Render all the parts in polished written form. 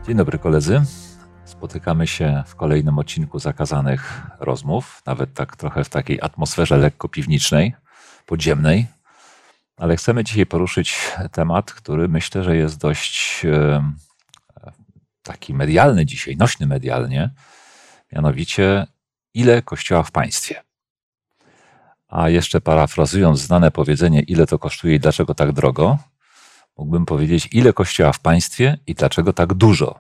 Dzień dobry koledzy. Spotykamy się w kolejnym odcinku Zakazanych Rozmów, nawet tak trochę w takiej atmosferze lekko piwniczej, podziemnej, ale chcemy dzisiaj poruszyć temat, który myślę, że jest dość taki medialny dzisiaj, nośny medialnie, mianowicie ile Kościoła w państwie. A jeszcze parafrazując znane powiedzenie, ile to kosztuje i dlaczego tak drogo, mógłbym powiedzieć, ile Kościoła w państwie i dlaczego tak dużo.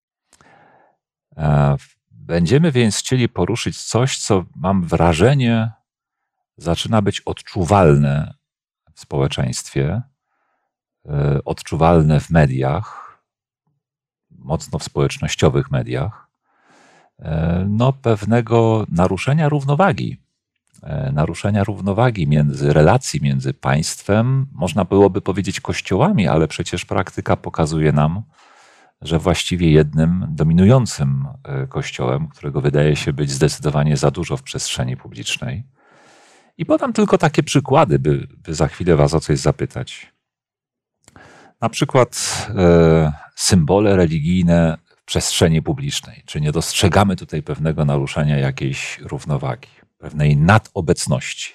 Będziemy więc chcieli poruszyć coś, co mam wrażenie zaczyna być odczuwalne w społeczeństwie, odczuwalne w mediach, mocno w społecznościowych mediach, pewnego naruszenia równowagi między relacji między państwem, można byłoby powiedzieć kościołami, ale przecież praktyka pokazuje nam, że właściwie jednym dominującym kościołem, którego wydaje się być zdecydowanie za dużo w przestrzeni publicznej. I podam tylko takie przykłady, by za chwilę was o coś zapytać. Na przykład symbole religijne w przestrzeni publicznej. Czy nie dostrzegamy tutaj pewnego naruszenia jakiejś równowagi, pewnej nadobecności?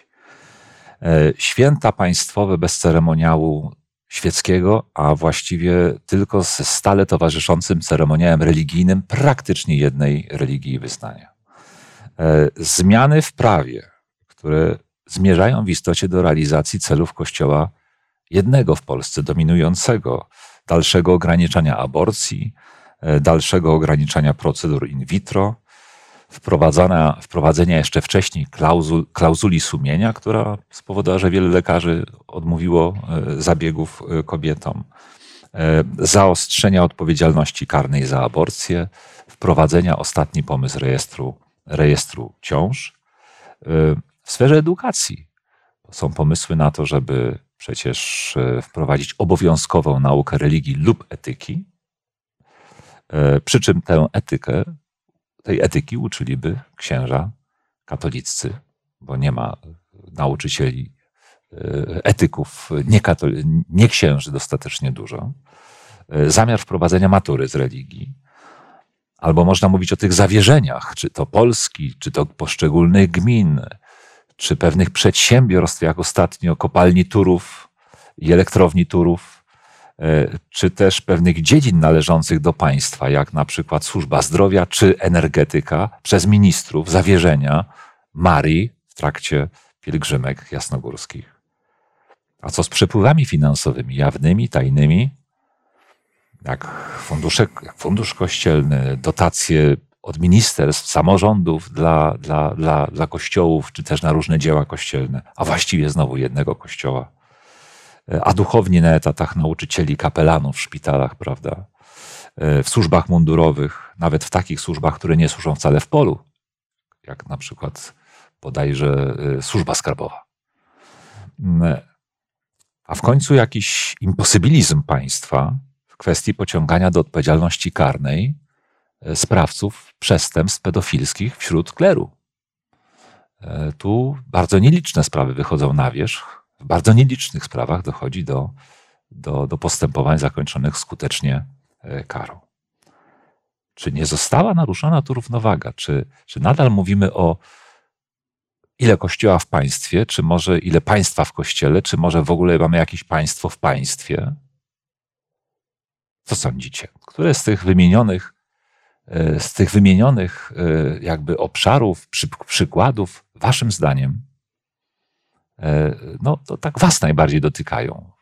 Święta państwowe bez ceremoniału świeckiego, a właściwie tylko ze stale towarzyszącym ceremoniałem religijnym praktycznie jednej religii i wyznania. Zmiany w prawie, które zmierzają w istocie do realizacji celów Kościoła jednego w Polsce, dominującego, dalszego ograniczania aborcji, dalszego ograniczania procedur in vitro, wprowadzenia jeszcze wcześniej klauzuli sumienia, która spowodowała, że wiele lekarzy odmówiło zabiegów kobietom, zaostrzenia odpowiedzialności karnej za aborcję, wprowadzenia ostatni pomysł rejestru ciąż. W sferze edukacji są pomysły na to, żeby przecież wprowadzić obowiązkową naukę religii lub etyki, przy czym tej etyki uczyliby księża katoliccy, bo nie ma nauczycieli, etyków, nie księży dostatecznie dużo. Zamiar wprowadzenia matury z religii. Albo można mówić o tych zawierzeniach, czy to Polski, czy to poszczególnych gmin, czy pewnych przedsiębiorstw, jak ostatnio kopalni Turów i elektrowni Turów, czy też pewnych dziedzin należących do państwa, jak na przykład służba zdrowia czy energetyka, przez ministrów zawierzenia Marii w trakcie pielgrzymek jasnogórskich. A co z przepływami finansowymi, jawnymi, tajnymi, jak fundusz kościelny, dotacje od ministerstw, samorządów dla kościołów, czy też na różne dzieła kościelne, a właściwie znowu jednego kościoła. A duchowni na etatach nauczycieli, kapelanów w szpitalach, prawda? W służbach mundurowych, nawet w takich służbach, które nie służą wcale w polu, jak na przykład bodajże służba skarbowa. A w końcu jakiś imposybilizm państwa w kwestii pociągania do odpowiedzialności karnej sprawców przestępstw pedofilskich wśród kleru. Tu bardzo nieliczne sprawy wychodzą na wierzch. W bardzo nielicznych sprawach dochodzi do postępowań zakończonych skutecznie karą. Czy nie została naruszona tu równowaga? Czy nadal mówimy o ile Kościoła w państwie, czy może ile państwa w Kościele, czy może w ogóle mamy jakieś państwo w państwie? Co sądzicie? Które z tych wymienionych jakby obszarów, przykładów, waszym zdaniem, to tak was najbardziej dotykają?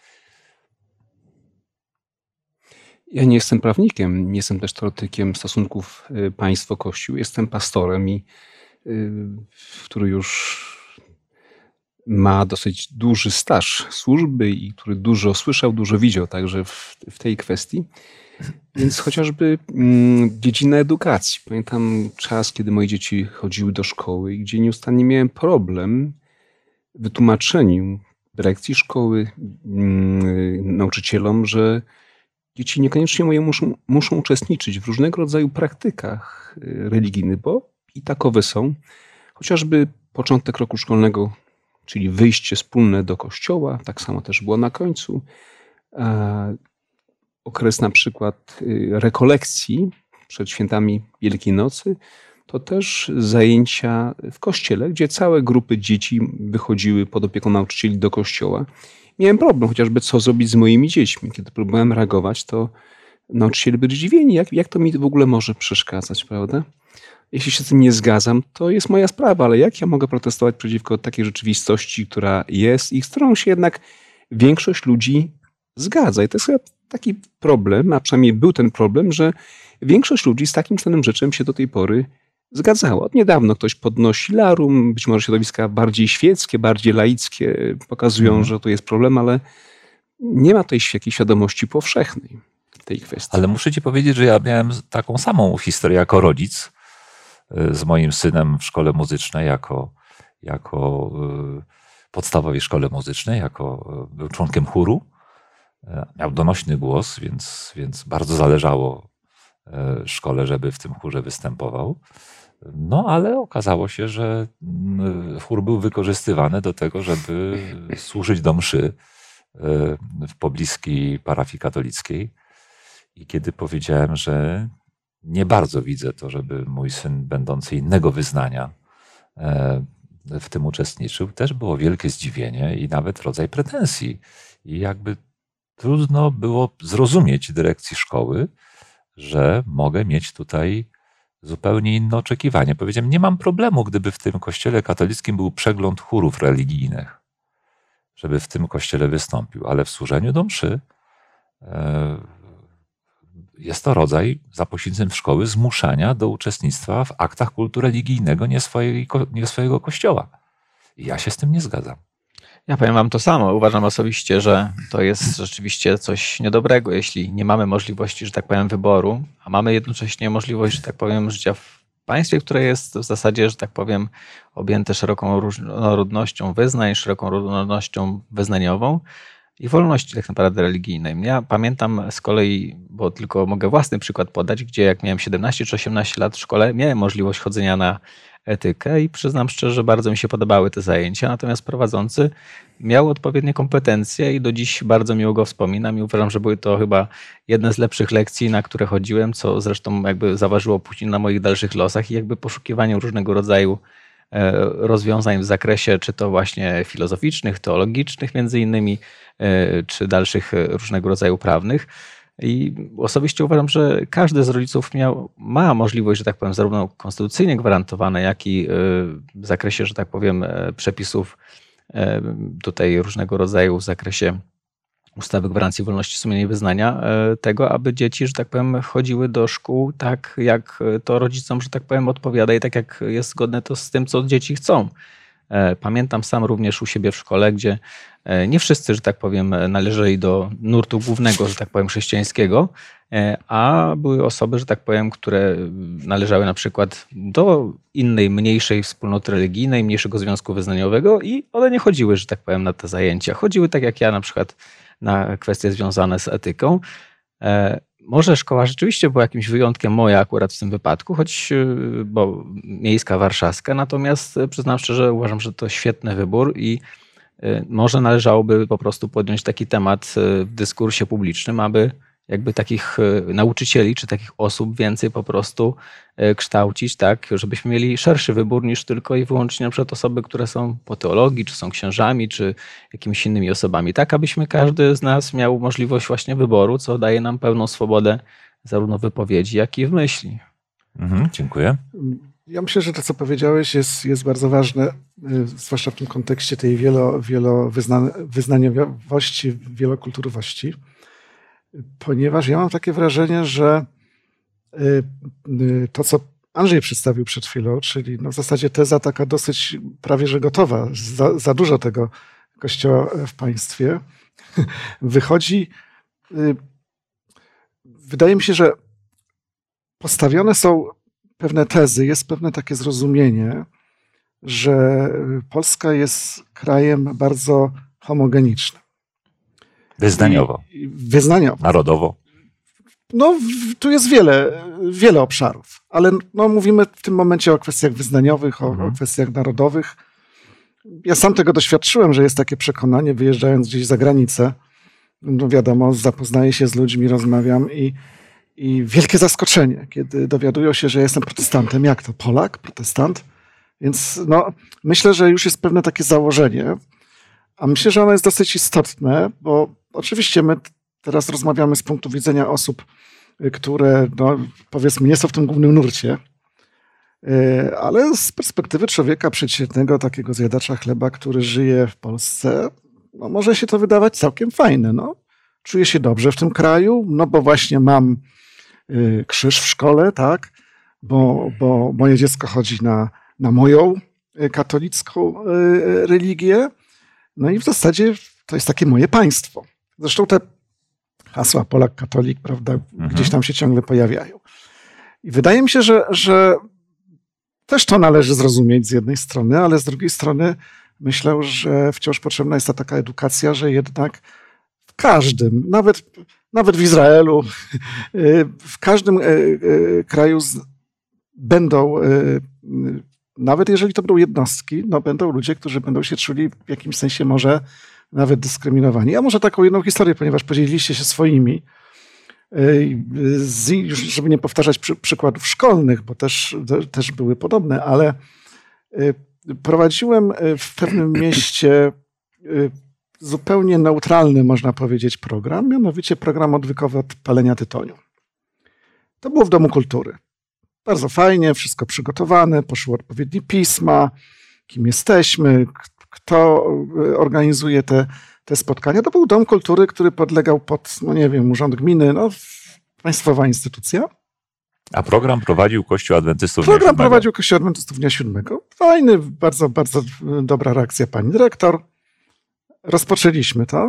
Ja nie jestem prawnikiem, nie jestem też teoretykiem stosunków państwo-kościół. Jestem pastorem, który już ma dosyć duży staż służby i który dużo słyszał, dużo widział także w tej kwestii. Więc chociażby dziedzina edukacji. Pamiętam czas, kiedy moje dzieci chodziły do szkoły i gdzie nieustannie miałem problem w wytłumaczeniu dyrekcji szkoły, nauczycielom, że dzieci niekoniecznie moje muszą uczestniczyć w różnego rodzaju praktykach religijnych, bo i takowe są. Chociażby początek roku szkolnego, czyli wyjście wspólne do kościoła, tak samo też było na końcu. okres na przykład rekolekcji przed świętami Wielkiej Nocy, to też zajęcia w kościele, gdzie całe grupy dzieci wychodziły pod opieką nauczycieli do kościoła. Miałem problem chociażby, co zrobić z moimi dziećmi. Kiedy próbowałem reagować, to nauczyciele byli zdziwieni, jak to mi w ogóle może przeszkadzać, prawda? Jeśli się z tym nie zgadzam, to jest moja sprawa, ale jak ja mogę protestować przeciwko takiej rzeczywistości, która jest i z którą się jednak większość ludzi zgadza. I to jest chyba taki problem, a przynajmniej był ten problem, że większość ludzi z takim stanem rzeczy się do tej pory zgadzała. Od niedawno ktoś podnosi larum, być może środowiska bardziej świeckie, bardziej laickie pokazują, że to jest problem, ale nie ma tej jakiejś świadomości powszechnej w tej kwestii. Ale muszę ci powiedzieć, że ja miałem taką samą historię jako rodzic z moim synem w szkole muzycznej, jako podstawowej szkole muzycznej, był członkiem chóru. Miał donośny głos, więc bardzo zależało szkole, żeby w tym chórze występował. No ale okazało się, że chór był wykorzystywany do tego, żeby służyć do mszy w pobliskiej parafii katolickiej. I kiedy powiedziałem, że nie bardzo widzę to, żeby mój syn będący innego wyznania w tym uczestniczył, też było wielkie zdziwienie i nawet rodzaj pretensji. I jakby trudno było zrozumieć dyrekcji szkoły, że mogę mieć tutaj zupełnie inne oczekiwania. Powiedziałem, nie mam problemu, gdyby w tym kościele katolickim był przegląd chórów religijnych, żeby w tym kościele wystąpił, ale w służeniu do mszy jest to rodzaj za pośrednictwem szkoły zmuszania do uczestnictwa w aktach kultu religijnego nie swojego kościoła. I ja się z tym nie zgadzam. Ja powiem wam to samo. Uważam osobiście, że to jest rzeczywiście coś niedobrego, jeśli nie mamy możliwości, że tak powiem, wyboru, a mamy jednocześnie możliwość, że tak powiem, życia w państwie, które jest w zasadzie, że tak powiem, objęte szeroką różnorodnością wyznań, szeroką różnorodnością wyznaniową i wolności tak naprawdę religijnej. Ja pamiętam z kolei, bo tylko mogę własny przykład podać, gdzie jak miałem 17 czy 18 lat w szkole, miałem możliwość chodzenia na etykę i przyznam szczerze, że bardzo mi się podobały te zajęcia, natomiast prowadzący miał odpowiednie kompetencje i do dziś bardzo miło go wspominam i uważam, że były to chyba jedne z lepszych lekcji, na które chodziłem, co zresztą jakby zaważyło później na moich dalszych losach i jakby poszukiwaniu różnego rodzaju rozwiązań w zakresie czy to właśnie filozoficznych, teologicznych między innymi, czy dalszych różnego rodzaju prawnych. I osobiście uważam, że każdy z rodziców ma możliwość, że tak powiem, zarówno konstytucyjnie gwarantowane, jak i w zakresie, że tak powiem, przepisów tutaj różnego rodzaju w zakresie ustawy gwarancji wolności sumienia i wyznania, tego, aby dzieci, że tak powiem, chodziły do szkół tak, jak to rodzicom, że tak powiem, odpowiada i tak, jak jest zgodne to z tym, co dzieci chcą. Pamiętam sam również u siebie w szkole, gdzie nie wszyscy, że tak powiem, należeli do nurtu głównego, że tak powiem, chrześcijańskiego, a były osoby, że tak powiem, które należały na przykład do innej, mniejszej wspólnoty religijnej, mniejszego związku wyznaniowego i one nie chodziły, że tak powiem, na te zajęcia. Chodziły tak jak ja na przykład na kwestie związane z etyką. Może szkoła rzeczywiście była jakimś wyjątkiem, moja akurat w tym wypadku, bo miejska warszawska, natomiast przyznam szczerze, uważam, że to świetny wybór i może należałoby po prostu podjąć taki temat w dyskursie publicznym, aby jakby takich nauczycieli czy takich osób więcej po prostu kształcić, tak, żebyśmy mieli szerszy wybór niż tylko i wyłącznie na przykład osoby, które są po teologii, czy są księżami, czy jakimiś innymi osobami. Tak, abyśmy każdy z nas miał możliwość właśnie wyboru, co daje nam pełną swobodę zarówno w wypowiedzi, jak i w myśli. Dziękuję. Ja myślę, że to, co powiedziałeś, jest bardzo ważne, zwłaszcza w tym kontekście tej wielowyznaniowości, wielokulturowości, ponieważ ja mam takie wrażenie, że to, co Andrzej przedstawił przed chwilą, czyli w zasadzie teza taka dosyć prawie że gotowa, za dużo tego Kościoła w państwie, wychodzi. Wydaje mi się, że postawione są pewne tezy, jest pewne takie zrozumienie, że Polska jest krajem bardzo homogenicznym. Wyznaniowo. Wyznaniowo. Narodowo. No, tu jest wiele obszarów, ale mówimy w tym momencie o kwestiach wyznaniowych, o kwestiach narodowych. Ja sam tego doświadczyłem, że jest takie przekonanie, wyjeżdżając gdzieś za granicę, no wiadomo, zapoznaję się z ludźmi, rozmawiam i wielkie zaskoczenie, kiedy dowiadują się, że jestem protestantem. Jak to? Polak? Protestant? Więc no, myślę, że już jest pewne takie założenie, a myślę, że ono jest dosyć istotne, bo oczywiście my teraz rozmawiamy z punktu widzenia osób, które no, powiedzmy nie są w tym głównym nurcie, ale z perspektywy człowieka przeciętnego, takiego zjadacza chleba, który żyje w Polsce, no, może się to wydawać całkiem fajne. No. Czuję się dobrze w tym kraju, no bo właśnie mam krzyż w szkole, tak, bo moje dziecko chodzi na moją katolicką religię, no i w zasadzie to jest takie moje państwo. Zresztą te hasła Polak, katolik, prawda, gdzieś tam się ciągle pojawiają. I wydaje mi się, że też to należy zrozumieć z jednej strony, ale z drugiej strony myślę, że wciąż potrzebna jest ta taka edukacja, że jednak w każdym, nawet w Izraelu, w każdym kraju będą, nawet jeżeli to będą jednostki, no będą ludzie, którzy będą się czuli w jakimś sensie może nawet dyskryminowani. Ja może taką jedną historię, ponieważ podzieliliście się swoimi, już żeby nie powtarzać przykładów szkolnych, bo też były podobne, ale prowadziłem w pewnym mieście zupełnie neutralny, można powiedzieć, program, mianowicie program odwykowy od palenia tytoniu. To było w Domu Kultury. Bardzo fajnie, wszystko przygotowane, poszły odpowiednie pisma, kim jesteśmy, kto organizuje te spotkania. To był Dom Kultury, który podlegał pod, no nie wiem, Urząd Gminy, no państwowa instytucja. A program prowadził Kościół Adwentystów Dnia Siódmego. Program prowadził Kościół Adwentystów Dnia Siódmego. Fajny, bardzo, bardzo dobra reakcja pani dyrektor. Rozpoczęliśmy to.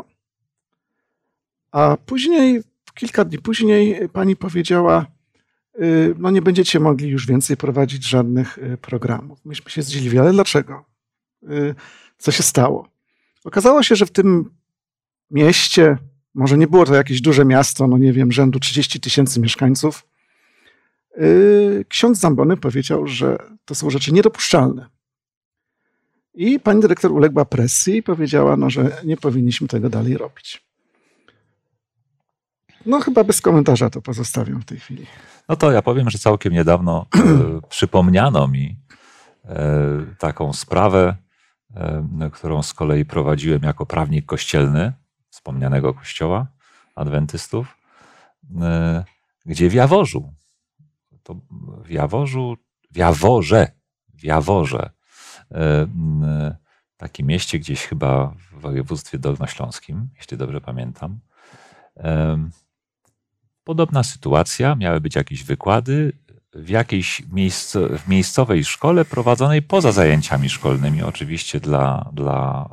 A później, kilka dni później pani powiedziała, no nie będziecie mogli już więcej prowadzić żadnych programów. Myśmy się zdziwili, ale dlaczego? Co się stało? Okazało się, że w tym mieście, może nie było to jakieś duże miasto, no nie wiem, rzędu 30 000 mieszkańców, ksiądz Zambony powiedział, że to są rzeczy niedopuszczalne. I pani dyrektor uległa presji i powiedziała, no, że nie powinniśmy tego dalej robić. No chyba bez komentarza to pozostawiam w tej chwili. No to ja powiem, że całkiem niedawno przypomniano mi taką sprawę, którą z kolei prowadziłem jako prawnik kościelny wspomnianego kościoła adwentystów, gdzie w Jaworzu, to w Jaworze, takim mieście gdzieś chyba w województwie dolnośląskim, jeśli dobrze pamiętam, podobna sytuacja, miały być jakieś wykłady w jakiejś miejscowej szkole prowadzonej poza zajęciami szkolnymi, oczywiście dla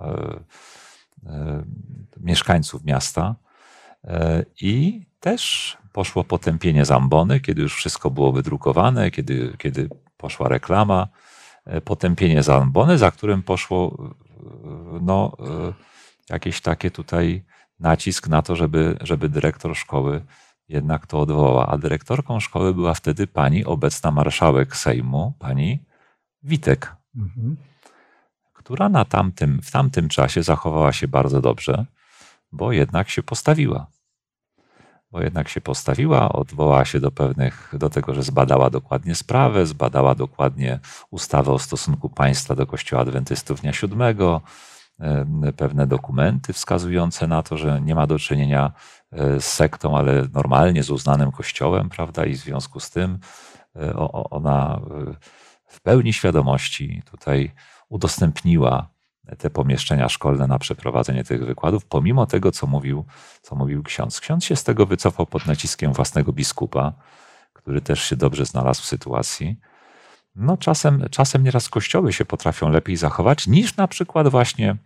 mieszkańców miasta. I też poszło potępienie Zambony, kiedy już wszystko było wydrukowane, kiedy poszła reklama. Potępienie Zambony, za którym poszło no, jakieś takie tutaj nacisk na to, żeby dyrektor szkoły jednak to odwołała. A dyrektorką szkoły była wtedy pani obecna marszałek Sejmu, pani Witek, która w tamtym czasie zachowała się bardzo dobrze, bo jednak się postawiła. Odwołała się do tego, że zbadała dokładnie sprawę, zbadała dokładnie ustawę o stosunku państwa do Kościoła Adwentystów Dnia Siódmego, pewne dokumenty wskazujące na to, że nie ma do czynienia z sektą, ale normalnie z uznanym kościołem, prawda? I w związku z tym ona w pełni świadomości tutaj udostępniła te pomieszczenia szkolne na przeprowadzenie tych wykładów, pomimo tego, co mówił ksiądz. Ksiądz się z tego wycofał pod naciskiem własnego biskupa, który też się dobrze znalazł w sytuacji. No czasem nieraz kościoły się potrafią lepiej zachować niż na przykład właśnie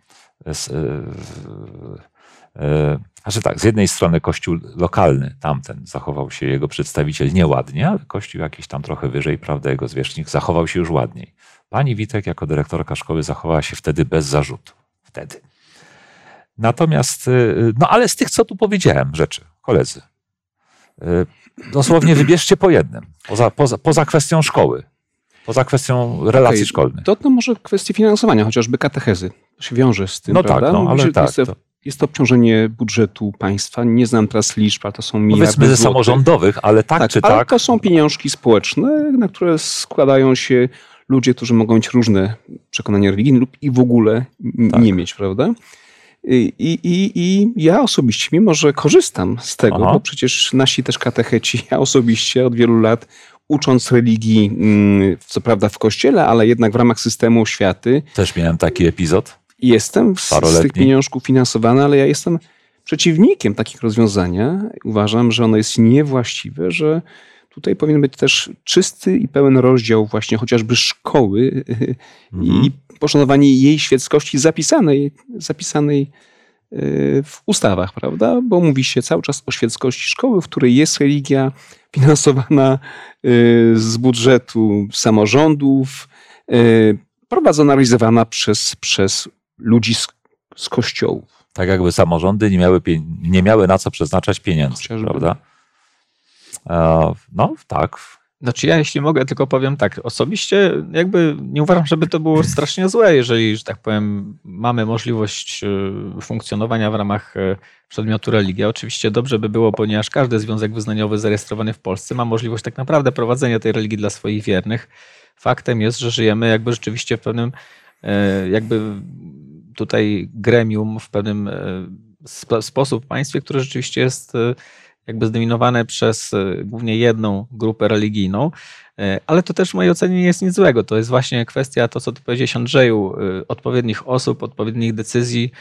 z jednej strony kościół lokalny, tamten zachował się jego przedstawiciel nieładnie, ale kościół jakiś tam trochę wyżej, prawda, jego zwierzchnik zachował się już ładniej. Pani Witek jako dyrektorka szkoły zachowała się wtedy bez zarzutu. Wtedy. Natomiast, no ale z tych, co tu powiedziałem rzeczy, koledzy, dosłownie wybierzcie po jednym, poza kwestią szkoły, poza kwestią relacji szkolnych. To może kwestie finansowania, chociażby katechezy. To się wiąże z tym, no prawda? tak, no ale tak. jest to obciążenie budżetu państwa. Nie znam teraz liczb, ale to są miliardy Powiedzmy ze złotych. samorządowych, ale tak czy ale tak. to są pieniążki społeczne, na które składają się ludzie, którzy mogą mieć różne przekonania religijne lub i w ogóle nie mieć, prawda? I ja osobiście, mimo że korzystam z tego, bo przecież nasi też katecheci, ja osobiście od wielu lat ucząc religii, co prawda w kościele, ale jednak w ramach systemu oświaty. Też miałem taki epizod. Jestem z tych pieniążków finansowany, ale ja jestem przeciwnikiem takich rozwiązania. Uważam, że ono jest niewłaściwe, że tutaj powinien być też czysty i pełen rozdział właśnie chociażby szkoły i poszanowanie jej świeckości zapisanej w ustawach, prawda? Bo mówi się cały czas o świeckości szkoły, w której jest religia finansowana z budżetu samorządów, prowadzona, realizowana przez ludzi z kościołów. Tak jakby samorządy nie miały na co przeznaczać pieniędzy, Chociażby. prawda? No tak. Znaczy ja, jeśli mogę, tylko powiem tak, osobiście jakby nie uważam, żeby to było strasznie złe, jeżeli, że tak powiem, mamy możliwość funkcjonowania w ramach przedmiotu religia. Oczywiście dobrze by było, ponieważ każdy związek wyznaniowy zarejestrowany w Polsce ma możliwość tak naprawdę prowadzenia tej religii dla swoich wiernych. Faktem jest, że żyjemy jakby rzeczywiście w pewnym jakby tutaj gremium, w pewnym sposób w państwie, które rzeczywiście jest jakby zdominowane przez głównie jedną grupę religijną, ale to też w mojej ocenie nie jest nic złego. To jest właśnie kwestia, to co ty powiedziałeś, Andrzeju, odpowiednich osób, odpowiednich decyzji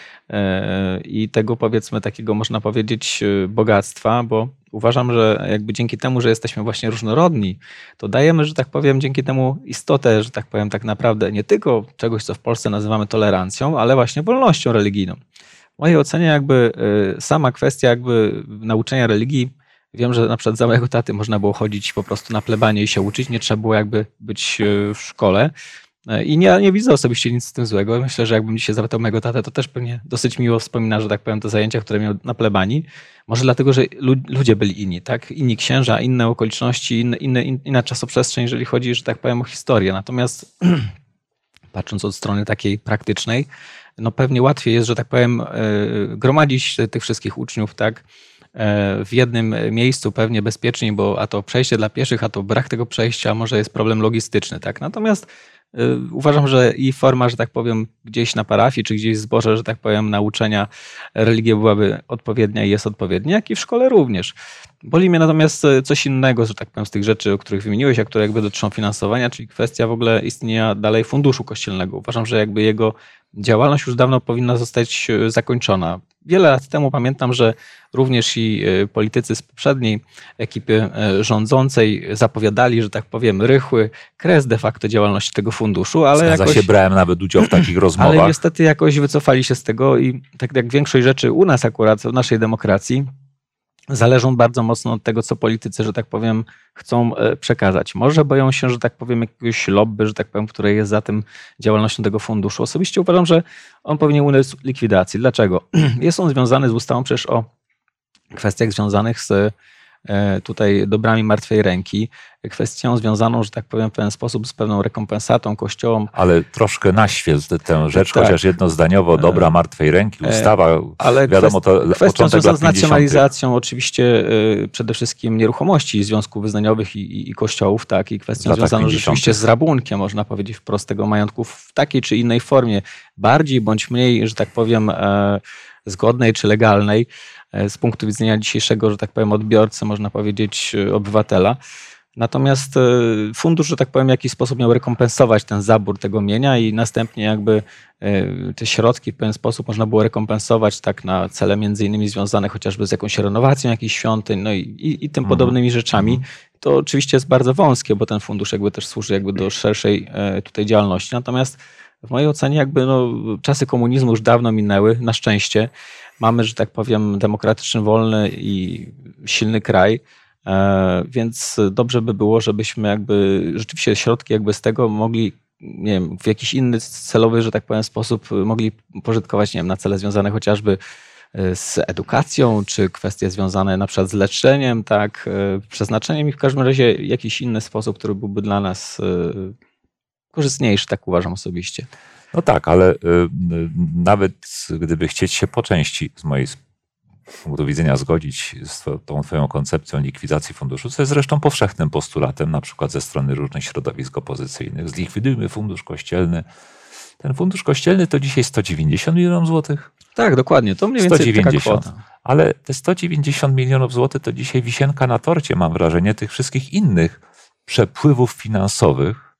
i tego, powiedzmy, takiego można powiedzieć bogactwa, bo uważam, że jakby dzięki temu, że jesteśmy właśnie różnorodni, to dajemy, że tak powiem, dzięki temu istotę, że tak powiem, tak naprawdę nie tylko czegoś, co w Polsce nazywamy tolerancją, ale właśnie wolnością religijną. W mojej ocenie jakby sama kwestia jakby nauczenia religii, wiem, że na przykład za mojego taty można było chodzić po prostu na plebanie i się uczyć, nie trzeba było jakby być w szkole i nie widzę osobiście nic z tym złego. Myślę, że jakbym dzisiaj zapytał mojego tatę, to też pewnie dosyć miło wspomina, że tak powiem, te zajęcia, które miał na plebanii. Może dlatego, że ludzie byli inni, tak? Inni księża, inne okoliczności, inna czasoprzestrzeń, jeżeli chodzi, że tak powiem, o historię. Natomiast patrząc od strony takiej praktycznej, no pewnie łatwiej jest, że tak powiem, gromadzić tych wszystkich uczniów, tak, w jednym miejscu, pewnie bezpieczniej, bo a to przejście dla pieszych, a to brak tego przejścia, może jest problem logistyczny, tak. Natomiast uważam, że i forma, że tak powiem, gdzieś na parafii, czy gdzieś w zborze, że tak powiem, nauczenia religii byłaby odpowiednia i jest odpowiednia, jak i w szkole również. Boli mnie natomiast coś innego, że tak powiem, z tych rzeczy, o których wymieniłeś, a które jakby dotyczą finansowania, czyli kwestia w ogóle istnienia dalej funduszu kościelnego. Uważam, że jakby jego działalność już dawno powinna zostać zakończona. Wiele lat temu pamiętam, że również i politycy z poprzedniej ekipy rządzącej zapowiadali, że tak powiem, rychły kres de facto działalności tego funduszu, ale Zgadza się, brałem nawet udział w takich rozmowach. Ale niestety jakoś wycofali się z tego i tak jak większość rzeczy u nas akurat, w naszej demokracji, zależą bardzo mocno od tego, co politycy, że tak powiem, chcą przekazać. Może boją się, że tak powiem, jakiegoś lobby, że tak powiem, które jest za tym działalnością tego funduszu. Osobiście uważam, że on powinien ulec likwidacji. Dlaczego? Jest on związany z ustawą przecież o kwestiach związanych z tutaj dobrami martwej ręki, kwestią związaną, że tak powiem, w pewien sposób z pewną rekompensatą kościołom. Ale troszkę naświetl tę rzecz, Tak. chociaż jednozdaniowo dobra martwej ręki, ustawa, ale wiadomo, to kwestią początek związaną lat z 50. nacjonalizacją oczywiście przede wszystkim nieruchomości związków wyznaniowych i kościołów, tak, i kwestią W latach związaną 50. rzeczywiście z rabunkiem, można powiedzieć wprost, tego majątku w takiej czy innej formie, bardziej bądź mniej, że tak powiem, zgodnej czy legalnej z punktu widzenia dzisiejszego, że tak powiem, odbiorcy, można powiedzieć, obywatela. Natomiast fundusz, że tak powiem, w jakiś sposób miał rekompensować ten zabór tego mienia i następnie jakby te środki w pewien sposób można było rekompensować tak na cele między innymi związane chociażby z jakąś renowacją jakichś świątyń, no i tym podobnymi rzeczami. To oczywiście jest bardzo wąskie, bo ten fundusz jakby też służy jakby do szerszej tutaj działalności. Natomiast w mojej ocenie jakby no, czasy komunizmu już dawno minęły, na szczęście. Mamy, że tak powiem, demokratyczny, wolny i silny kraj, więc dobrze by było, żebyśmy jakby rzeczywiście środki jakby z tego mogli, nie wiem, w jakiś inny celowy, że tak powiem, sposób mogli pożytkować, nie wiem, na cele związane chociażby z edukacją, czy kwestie związane na przykład z leczeniem, tak, przeznaczeniem i w każdym razie jakiś inny sposób, który byłby dla nas korzystniejszy, tak uważam osobiście. No tak, ale nawet gdyby chcieć się po części z mojej punktu widzenia zgodzić z tą twoją koncepcją likwidacji funduszu, co jest zresztą powszechnym postulatem, na przykład ze strony różnych środowisk opozycyjnych. Zlikwidujmy fundusz kościelny. Ten fundusz kościelny to dzisiaj 190 milionów złotych. Tak, dokładnie. To mniej więcej 190. taka kwota. Ale te 190 milionów złotych to dzisiaj wisienka na torcie, mam wrażenie, tych wszystkich innych przepływów finansowych,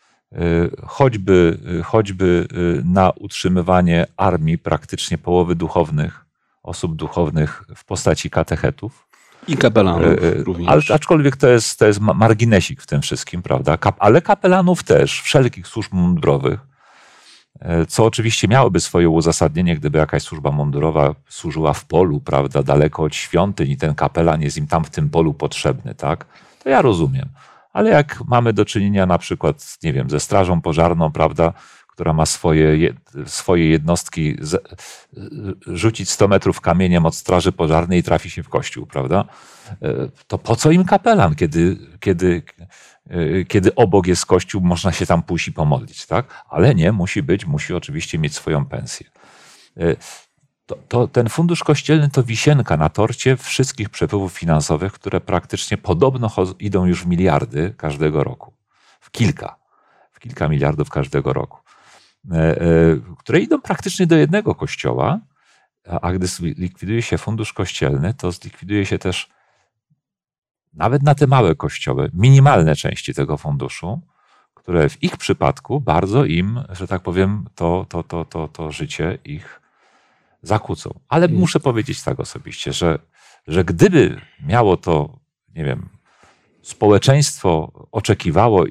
choćby na utrzymywanie armii praktycznie połowy osób duchownych w postaci katechetów. I kapelanów również. Aczkolwiek to jest marginesik w tym wszystkim, prawda? Ale kapelanów też, wszelkich służb mundurowych, co oczywiście miałoby swoje uzasadnienie, gdyby jakaś służba mundurowa służyła w polu, prawda, daleko od świątyń i ten kapelan jest im tam w tym polu potrzebny, tak? To ja rozumiem. Ale jak mamy do czynienia na przykład, nie wiem, ze strażą pożarną, prawda, która ma swoje jednostki, rzucić 100 metrów kamieniem od straży pożarnej i trafi się w kościół, prawda? To po co im kapelan, kiedy obok jest kościół, można się tam pójść i pomodlić, tak? Ale nie, musi oczywiście mieć swoją pensję. Ten fundusz kościelny to wisienka na torcie wszystkich przepływów finansowych, które praktycznie podobno idą już w miliardy każdego roku. W kilka miliardów każdego roku. Które idą praktycznie do jednego kościoła, a gdy likwiduje się fundusz kościelny, to zlikwiduje się też nawet na te małe kościoły, minimalne części tego funduszu, które w ich przypadku bardzo im, że tak powiem, to życie ich zakłócą. Ale muszę powiedzieć tak osobiście, że gdyby miało to, nie wiem, społeczeństwo oczekiwało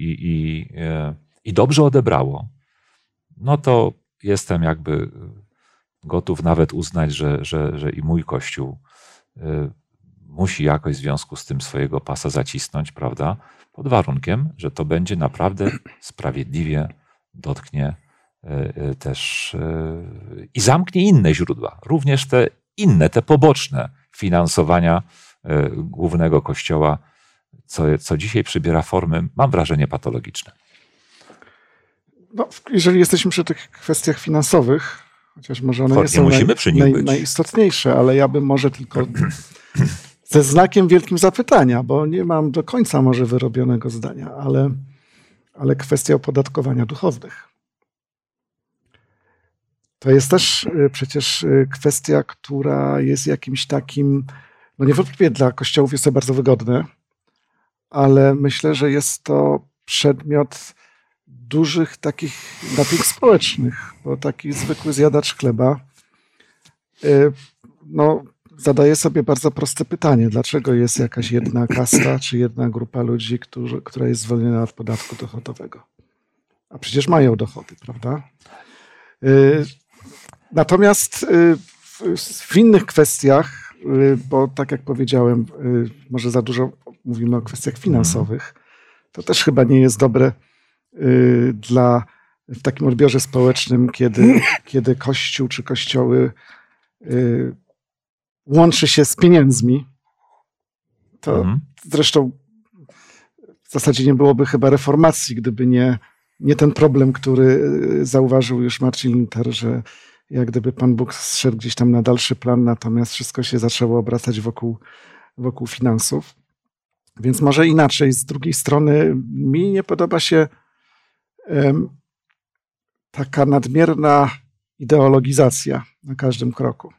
i dobrze odebrało, no to jestem jakby gotów nawet uznać, że i mój Kościół musi jakoś w związku z tym swojego pasa zacisnąć, prawda? Pod warunkiem, że to będzie naprawdę sprawiedliwie dotknie też i zamknie inne źródła, również te inne, te poboczne finansowania głównego Kościoła, co dzisiaj przybiera formy, mam wrażenie, patologiczne. No, jeżeli jesteśmy przy tych kwestiach finansowych, chociaż może one nie są musimy przy nich być. najistotniejsze, ale ja bym może tylko ze znakiem wielkim zapytania, bo nie mam do końca może wyrobionego zdania, ale kwestia opodatkowania duchownych. To jest też przecież kwestia, która jest jakimś takim, no niewątpliwie dla kościołów jest to bardzo wygodne, ale myślę, że jest to przedmiot dużych takich napięć społecznych, bo taki zwykły zjadacz chleba no, zadaje sobie bardzo proste pytanie, dlaczego jest jakaś jedna kasta czy jedna grupa ludzi, która jest zwolniona od podatku dochodowego. A przecież mają dochody, prawda? Natomiast w innych kwestiach, bo tak jak powiedziałem, może za dużo mówimy o kwestiach finansowych, to też chyba nie jest dobre w takim odbiorze społecznym, kiedy Kościół czy kościoły łączy się z pieniędzmi. To zresztą w zasadzie nie byłoby chyba reformacji, gdyby nie ten problem, który zauważył już Marcin Luther, że jak gdyby Pan Bóg zszedł gdzieś tam na dalszy plan, natomiast wszystko się zaczęło obracać wokół finansów. Więc może inaczej. Z drugiej strony mi nie podoba się taka nadmierna ideologizacja na każdym kroku.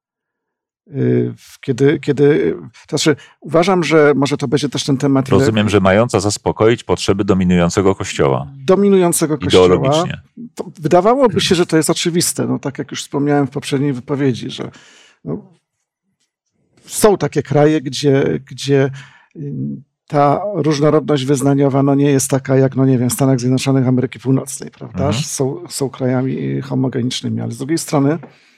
To znaczy, uważam, że może to będzie też ten temat. Rozumiem, że mająca zaspokoić potrzeby dominującego kościoła. Dominującego kościoła. Ideologicznie. To wydawałoby się, że to jest oczywiste. No, tak jak już wspomniałem w poprzedniej wypowiedzi, że są takie kraje, gdzie ta różnorodność wyznaniowa nie jest taka jak, nie wiem, w Stanach Zjednoczonych Ameryki Północnej, prawda? Są krajami homogenicznymi, ale z drugiej strony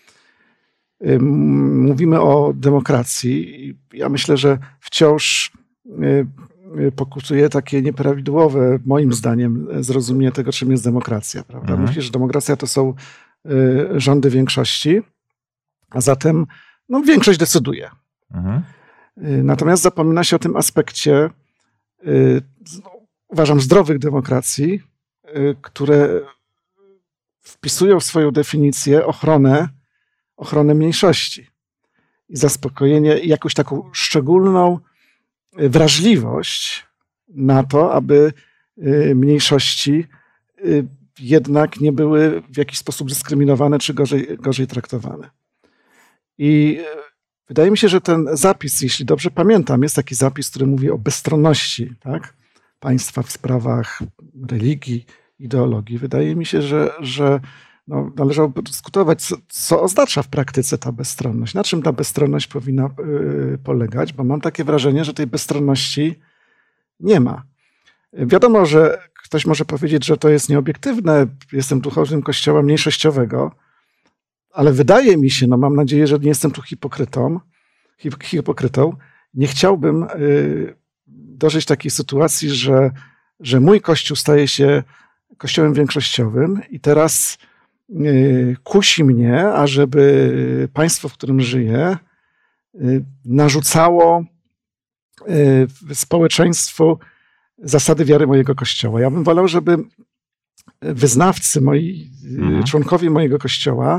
mówimy o demokracji. Ja myślę, że wciąż pokusuje takie nieprawidłowe, moim zdaniem, zrozumienie tego, czym jest demokracja, prawda? Mówi się, że demokracja to są rządy większości, a zatem większość decyduje. Natomiast zapomina się o tym aspekcie, uważam, zdrowych demokracji, które wpisują w swoją definicję ochronę mniejszości i zaspokojenie, jakąś taką szczególną wrażliwość na to, aby mniejszości jednak nie były w jakiś sposób dyskryminowane czy gorzej traktowane. I wydaje mi się, że ten zapis, jeśli dobrze pamiętam, jest taki zapis, który mówi o bezstronności, tak, państwa w sprawach religii, ideologii. Wydaje mi się, że należałoby dyskutować, co oznacza w praktyce ta bezstronność, na czym ta bezstronność powinna polegać, bo mam takie wrażenie, że tej bezstronności nie ma. Wiadomo, że ktoś może powiedzieć, że to jest nieobiektywne, jestem duchownym kościoła mniejszościowego, ale wydaje mi się, mam nadzieję, że nie jestem tu hipokrytą, nie chciałbym dożyć takiej sytuacji, że mój kościół staje się kościołem większościowym i teraz kusi mnie, ażeby państwo, w którym żyję, narzucało społeczeństwu zasady wiary mojego kościoła. Ja bym wolał, żeby wyznawcy, członkowie mojego kościoła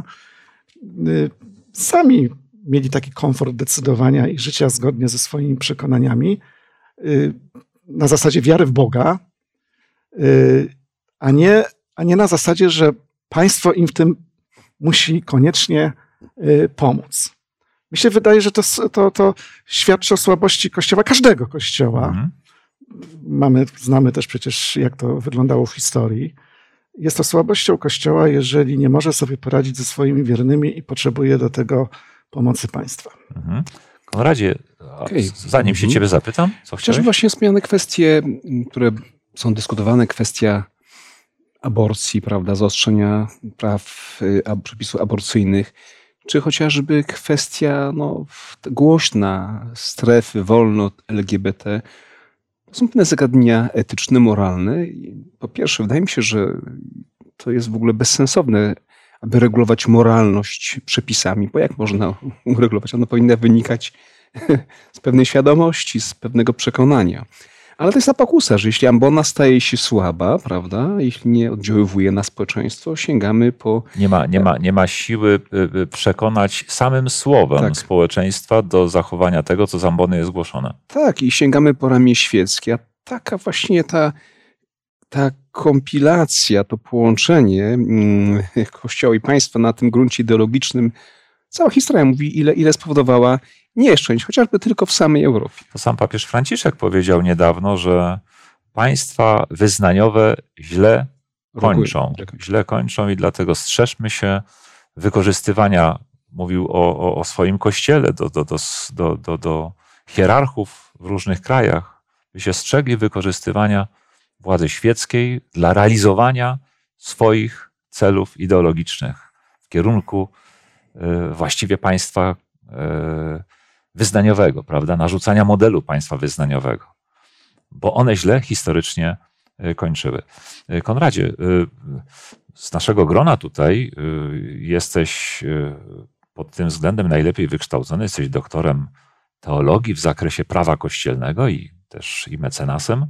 sami mieli taki komfort decydowania i życia zgodnie ze swoimi przekonaniami na zasadzie wiary w Boga, a nie na zasadzie, że państwo im w tym musi koniecznie pomóc. Mi się wydaje, że to świadczy o słabości Kościoła, każdego Kościoła. Znamy też przecież, jak to wyglądało w historii. Jest to słabością Kościoła, jeżeli nie może sobie poradzić ze swoimi wiernymi i potrzebuje do tego pomocy państwa. Konradzie, zanim się ciebie zapytam, co Chociażby chciałeś? właśnie wspomniane kwestie, które są dyskutowane, kwestia aborcji, prawda, zaostrzenia praw, przepisów aborcyjnych, czy chociażby kwestia głośna strefy wolno LGBT. To są pewne zagadnienia etyczne, moralne. Po pierwsze, wydaje mi się, że to jest w ogóle bezsensowne, aby regulować moralność przepisami, bo jak można uregulować? Ona powinna wynikać z pewnej świadomości, z pewnego przekonania. Ale to jest ta pokusa, że jeśli ambona staje się słaba, prawda, jeśli nie oddziaływuje na społeczeństwo, sięgamy po... Nie ma siły przekonać samym słowem społeczeństwa do zachowania tego, co z ambony jest głoszone. Tak, i sięgamy po ramię świeckie. A taka właśnie ta kompilacja, to połączenie Kościoła i państwa na tym gruncie ideologicznym, cała historia mówi, ile spowodowała nieszczęść, chociażby tylko w samej Europie. To sam papież Franciszek powiedział niedawno, że państwa wyznaniowe źle kończą i dlatego strzeżmy się wykorzystywania, mówił o swoim kościele, do hierarchów w różnych krajach, by się strzegli wykorzystywania władzy świeckiej dla realizowania swoich celów ideologicznych w kierunku właściwie państwa wyznaniowego, prawda? Narzucania modelu państwa wyznaniowego, bo one źle historycznie kończyły. Konradzie, z naszego grona tutaj jesteś pod tym względem najlepiej wykształcony, jesteś doktorem teologii w zakresie prawa kościelnego i też i mecenasem.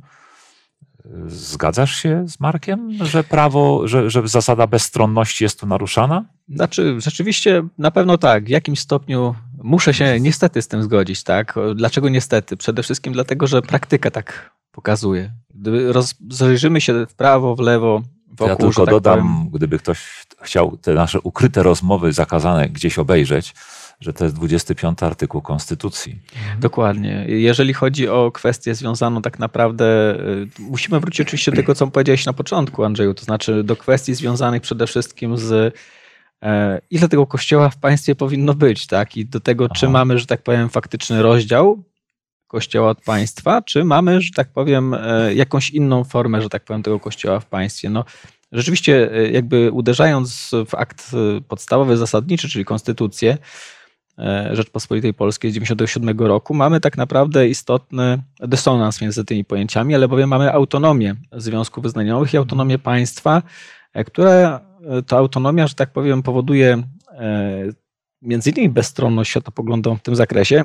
Zgadzasz się z Markiem, że że zasada bezstronności jest tu naruszana? Znaczy, rzeczywiście na pewno tak. W jakimś stopniu muszę się niestety z tym zgodzić, tak? Dlaczego niestety? Przede wszystkim dlatego, że praktyka tak pokazuje. Gdy rozejrzymy się w prawo, w lewo, wokół, ja tylko tak dodam, powiem, gdyby ktoś chciał te nasze ukryte rozmowy zakazane gdzieś obejrzeć, że to jest 25 artykuł Konstytucji. Dokładnie. Jeżeli chodzi o kwestię związaną tak naprawdę, musimy wrócić oczywiście do tego, co powiedziałeś na początku, Andrzeju, to znaczy do kwestii związanych przede wszystkim z ile tego kościoła w państwie powinno być, tak? I do tego, czy mamy, że tak powiem, faktyczny rozdział kościoła od państwa, czy mamy, że tak powiem, jakąś inną formę, że tak powiem, tego kościoła w państwie. No, rzeczywiście jakby uderzając w akt podstawowy, zasadniczy, czyli konstytucję Rzeczpospolitej Polskiej z 1997 roku, mamy tak naprawdę istotny dysonans między tymi pojęciami, ale bowiem mamy autonomię związków wyznaniowych i autonomię państwa, która to autonomia, że tak powiem, powoduje między innymi bezstronność światopoglądową w tym zakresie,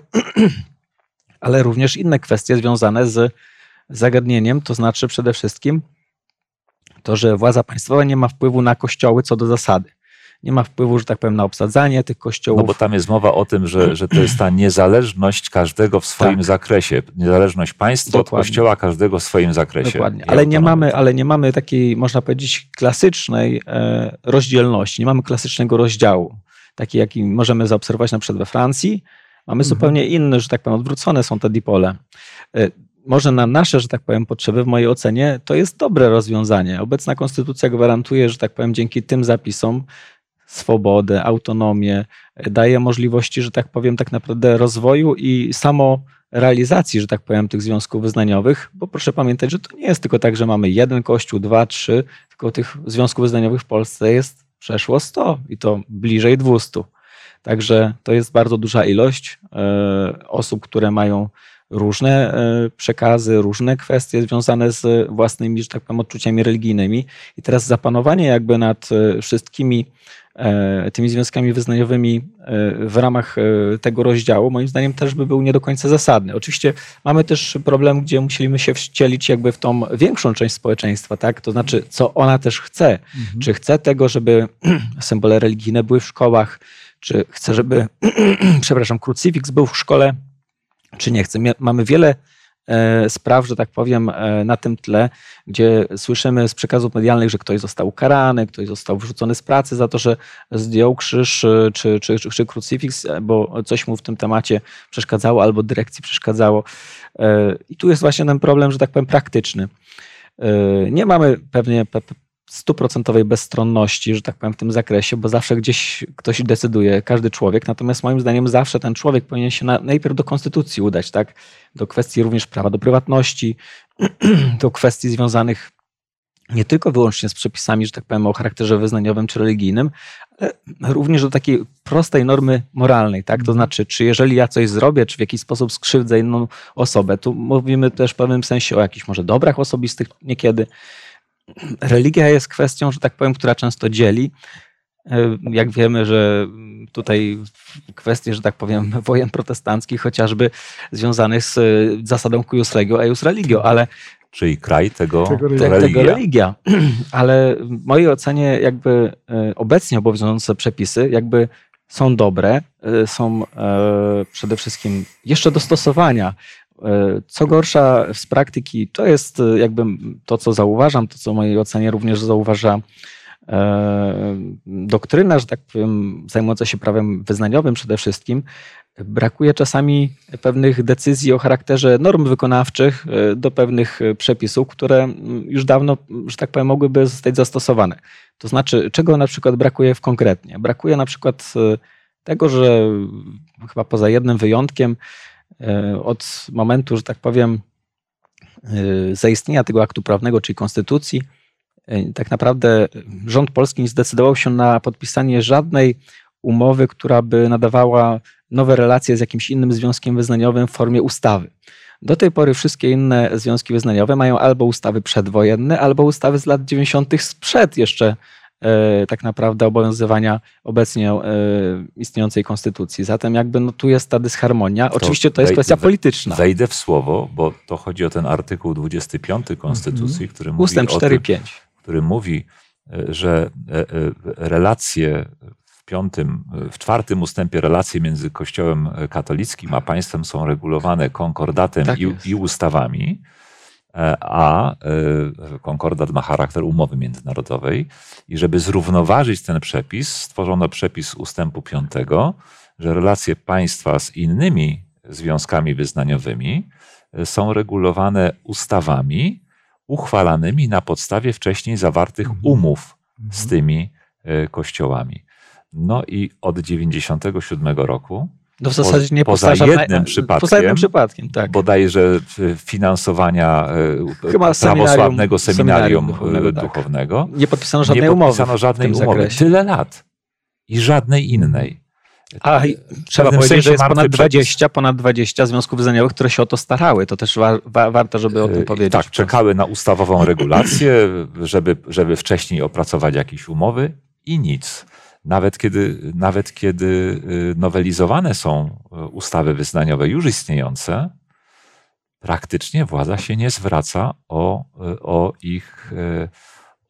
ale również inne kwestie związane z zagadnieniem, to znaczy przede wszystkim to, że władza państwowa nie ma wpływu na kościoły co do zasady. Nie ma wpływu, że tak powiem, na obsadzanie tych kościołów. No bo tam jest mowa o tym, że to jest ta niezależność każdego w swoim zakresie. Niezależność państwa od kościoła każdego w swoim zakresie. Dokładnie. Ale nie mamy takiej, można powiedzieć, klasycznej rozdzielności. Nie mamy klasycznego rozdziału. Taki, jaki możemy zaobserwować na przykład we Francji. Mamy zupełnie inny, że tak powiem, odwrócone są te dipole. Może na nasze, że tak powiem, potrzeby, w mojej ocenie, to jest dobre rozwiązanie. Obecna konstytucja gwarantuje, że tak powiem, dzięki tym zapisom swobodę, autonomię, daje możliwości, że tak powiem, tak naprawdę rozwoju i samorealizacji, że tak powiem, tych związków wyznaniowych, bo proszę pamiętać, że to nie jest tylko tak, że mamy jeden kościół, 2, 3, tylko tych związków wyznaniowych w Polsce jest przeszło 100 i to bliżej 200. Także to jest bardzo duża ilość osób, które mają różne przekazy, różne kwestie związane z własnymi, że tak powiem, odczuciami religijnymi. I teraz zapanowanie jakby nad wszystkimi tymi związkami wyznaniowymi w ramach tego rozdziału, moim zdaniem też by był nie do końca zasadny. Oczywiście mamy też problem, gdzie musieliśmy się wcielić jakby w tą większą część społeczeństwa, tak? To znaczy, co ona też chce. Czy chce tego, żeby symbole religijne były w szkołach, czy chce, żeby, przepraszam, krucyfiks był w szkole, czy nie chce. Mamy wiele spraw, że tak powiem, na tym tle, gdzie słyszymy z przekazów medialnych, że ktoś został ukarany, ktoś został wyrzucony z pracy za to, że zdjął krzyż czy krucyfiks, bo coś mu w tym temacie przeszkadzało albo dyrekcji przeszkadzało. I tu jest właśnie ten problem, że tak powiem, praktyczny. Nie mamy pewnie 100% bezstronności, że tak powiem, w tym zakresie, bo zawsze gdzieś ktoś decyduje, każdy człowiek, natomiast moim zdaniem zawsze ten człowiek powinien się najpierw do konstytucji udać, tak? Do kwestii również prawa do prywatności, do kwestii związanych nie tylko wyłącznie z przepisami, że tak powiem, o charakterze wyznaniowym czy religijnym, ale również do takiej prostej normy moralnej, tak? To znaczy, czy jeżeli ja coś zrobię, czy w jakiś sposób skrzywdzę inną osobę, tu mówimy też w pewnym sensie o jakichś może dobrach osobistych niekiedy. Religia jest kwestią, że tak powiem, która często dzieli. Jak wiemy, że tutaj kwestie, że tak powiem, wojen protestanckich chociażby związanych z zasadą cuius regio, eius religio, ale czyli kraj tego religia. Ale w mojej ocenie jakby obecnie obowiązujące przepisy jakby są dobre, są przede wszystkim jeszcze do stosowania. Co gorsza z praktyki, to jest jakby to, co zauważam, to, co w mojej ocenie również zauważa doktryna, że tak powiem, zajmująca się prawem wyznaniowym przede wszystkim. Brakuje czasami pewnych decyzji o charakterze norm wykonawczych do pewnych przepisów, które już dawno, że tak powiem, mogłyby zostać zastosowane. To znaczy, czego na przykład brakuje konkretnie? Brakuje na przykład tego, że chyba poza jednym wyjątkiem od momentu, że tak powiem, zaistnienia tego aktu prawnego, czyli konstytucji, tak naprawdę rząd polski nie zdecydował się na podpisanie żadnej umowy, która by nadawała nowe relacje z jakimś innym związkiem wyznaniowym w formie ustawy. Do tej pory wszystkie inne związki wyznaniowe mają albo ustawy przedwojenne, albo ustawy z lat 90. sprzed jeszcze tak naprawdę obowiązywania obecnie istniejącej konstytucji. Zatem jakby no, tu jest ta dysharmonia. Oczywiście to jest kwestia polityczna. Wejdę w słowo, bo to chodzi o ten artykuł 25 Konstytucji, który mówi Ustęp 4.5. Który mówi, że relacje w 4 ustępie relacje między Kościołem katolickim a państwem są regulowane konkordatem i ustawami, a konkordat ma charakter umowy międzynarodowej i żeby zrównoważyć ten przepis, stworzono przepis ustępu 5, że relacje państwa z innymi związkami wyznaniowymi są regulowane ustawami uchwalanymi na podstawie wcześniej zawartych umów z tymi kościołami. No i od 1997 roku w zasadzie nie poza jednym przypadkiem, tak. Bodajże finansowania prawosławnego seminarium duchownego. Tak. Nie podpisano żadnej umowy. Tyle lat. I żadnej innej. A trzeba powiedzieć, że jest ponad 20 związków wyznaniowych, które się o to starały. To też warto, żeby o tym powiedzieć. Tak, czekały na ustawową regulację, żeby wcześniej opracować jakieś umowy i nic. Nawet kiedy nowelizowane są ustawy wyznaniowe już istniejące, praktycznie władza się nie zwraca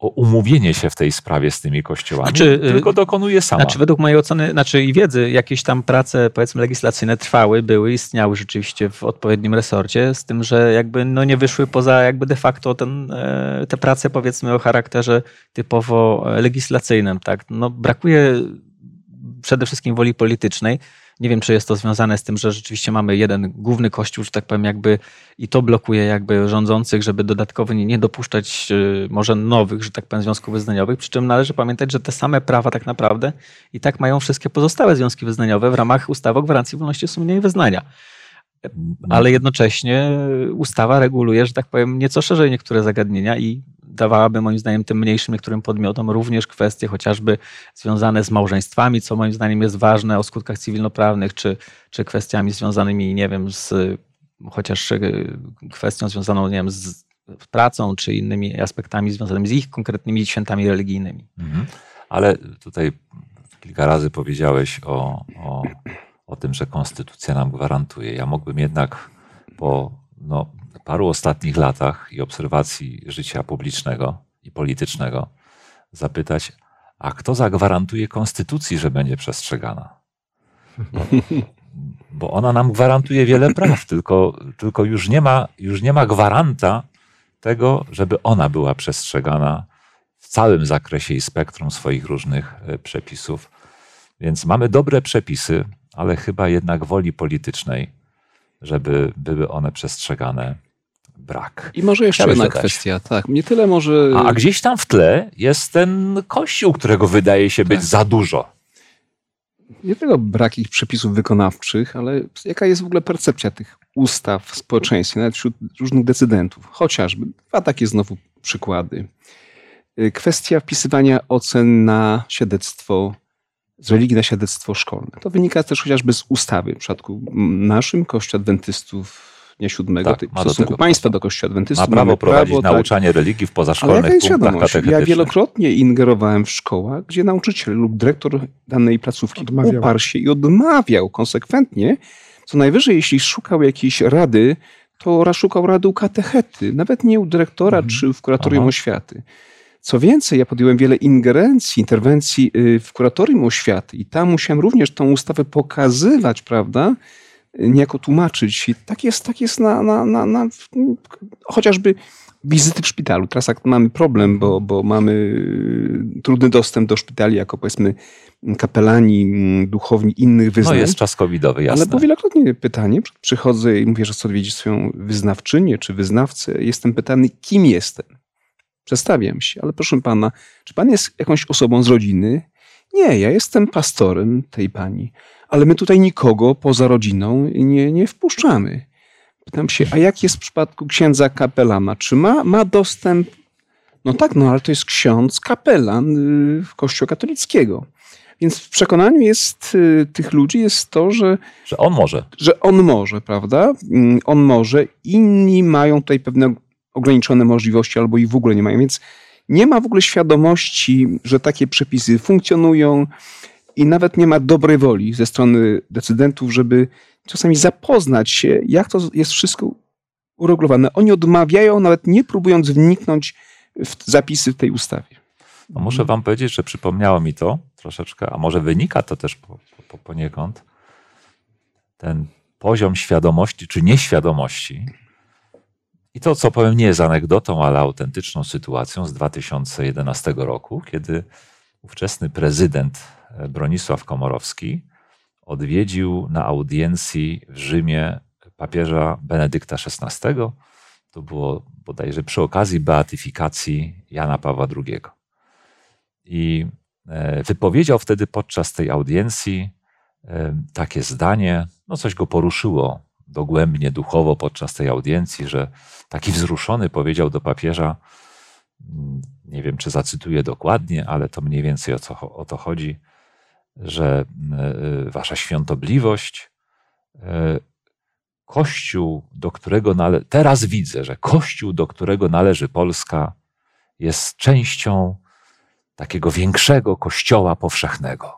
o umówienie się w tej sprawie z tymi kościołami, tylko dokonuje sama. Znaczy, według mojej oceny, i wiedzy, jakieś tam prace, powiedzmy, legislacyjne były, istniały rzeczywiście w odpowiednim resorcie, z tym, że jakby nie wyszły poza jakby de facto te prace, powiedzmy, o charakterze typowo legislacyjnym. Tak? Brakuje przede wszystkim woli politycznej. Nie wiem, czy jest to związane z tym, że rzeczywiście mamy jeden główny kościół, że tak powiem, jakby i to blokuje jakby rządzących, żeby dodatkowo nie dopuszczać może nowych, że tak powiem, związków wyznaniowych. Przy czym należy pamiętać, że te same prawa tak naprawdę i tak mają wszystkie pozostałe związki wyznaniowe w ramach ustawy o gwarancji wolności sumienia i wyznania. Ale jednocześnie ustawa reguluje, że tak powiem, nieco szerzej niektóre zagadnienia i dawałaby moim zdaniem tym mniejszym niektórym podmiotom również kwestie chociażby związane z małżeństwami, co moim zdaniem jest ważne, o skutkach cywilnoprawnych, czy kwestiami związanymi, nie wiem, chociaż kwestią związaną, nie wiem, z pracą, czy innymi aspektami związanymi z ich konkretnymi świętami religijnymi. Ale tutaj kilka razy powiedziałeś o tym, że konstytucja nam gwarantuje. Ja mógłbym jednak po paru ostatnich latach i obserwacji życia publicznego i politycznego zapytać, a kto zagwarantuje konstytucji, że będzie przestrzegana? Bo ona nam gwarantuje wiele praw, tylko już nie ma gwaranta tego, żeby ona była przestrzegana w całym zakresie i spektrum swoich różnych przepisów. Więc mamy dobre przepisy, ale chyba jednak woli politycznej, żeby były one przestrzegane, brak. I może jeszcze jedna kwestia, tak, nie tyle może... A gdzieś tam w tle jest ten kościół, którego wydaje się być za dużo. Nie tylko brak ich przepisów wykonawczych, ale jaka jest w ogóle percepcja tych ustaw w społeczeństwie, nawet wśród różnych decydentów. Chociażby dwa takie znowu przykłady. Kwestia wpisywania ocen na świadectwo z religii na świadectwo szkolne. To wynika też chociażby z ustawy. W przypadku naszym Kościoła Adwentystów Dnia Siódmego, w stosunku państwa do Kościoła Adwentystów ma prawo prowadzić nauczanie religii w pozaszkolnych punktach katechetycznych. Ja wielokrotnie ingerowałem w szkołach, gdzie nauczyciel lub dyrektor danej placówki uparł się i odmawiał konsekwentnie. Co najwyżej, jeśli szukał jakiejś rady, to szukał rady u katechety, nawet nie u dyrektora czy w kuratorium oświaty. Co więcej, ja podjąłem wiele interwencji w kuratorium oświaty i tam musiałem również tą ustawę pokazywać, prawda, niejako tłumaczyć. I tak jest na chociażby wizyty w szpitalu. Teraz mamy problem, bo mamy trudny dostęp do szpitali jako, powiedzmy, kapelani, duchowni innych wyznań. Jest czas covidowy, jasne. Ale było wielokrotnie pytanie. Przychodzę i mówię, że chcę odwiedzić swoją wyznawczynię czy wyznawcę. Jestem pytany, kim jestem. Przedstawiam się, ale proszę pana, czy pan jest jakąś osobą z rodziny? Nie, ja jestem pastorem tej pani, ale my tutaj nikogo poza rodziną nie wpuszczamy. Pytam się, a jak jest w przypadku księdza kapelana? Czy ma dostęp? No tak, ale to jest ksiądz kapelan Kościoła katolickiego. Więc w przekonaniu tych ludzi jest to, że on może. Że on może, prawda? On może. Inni mają tutaj pewne ograniczone możliwości albo ich w ogóle nie mają. Więc nie ma w ogóle świadomości, że takie przepisy funkcjonują i nawet nie ma dobrej woli ze strony decydentów, żeby czasami zapoznać się, jak to jest wszystko uregulowane. Oni odmawiają, nawet nie próbując wniknąć w zapisy w tej ustawie. Muszę wam powiedzieć, że przypomniało mi to troszeczkę, a może wynika to też poniekąd, ten poziom świadomości czy nieświadomości. I to, co powiem, nie jest anegdotą, ale autentyczną sytuacją z 2011 roku, kiedy ówczesny prezydent Bronisław Komorowski odwiedził na audiencji w Rzymie papieża Benedykta XVI. To było bodajże przy okazji beatyfikacji Jana Pawła II. I wypowiedział wtedy podczas tej audiencji takie zdanie, coś go poruszyło dogłębnie, duchowo podczas tej audiencji, że taki wzruszony powiedział do papieża, nie wiem, czy zacytuję dokładnie, ale to mniej więcej o to chodzi, że wasza świątobliwość, Kościół, do którego teraz widzę, że Kościół, do którego należy Polska, jest częścią takiego większego Kościoła powszechnego.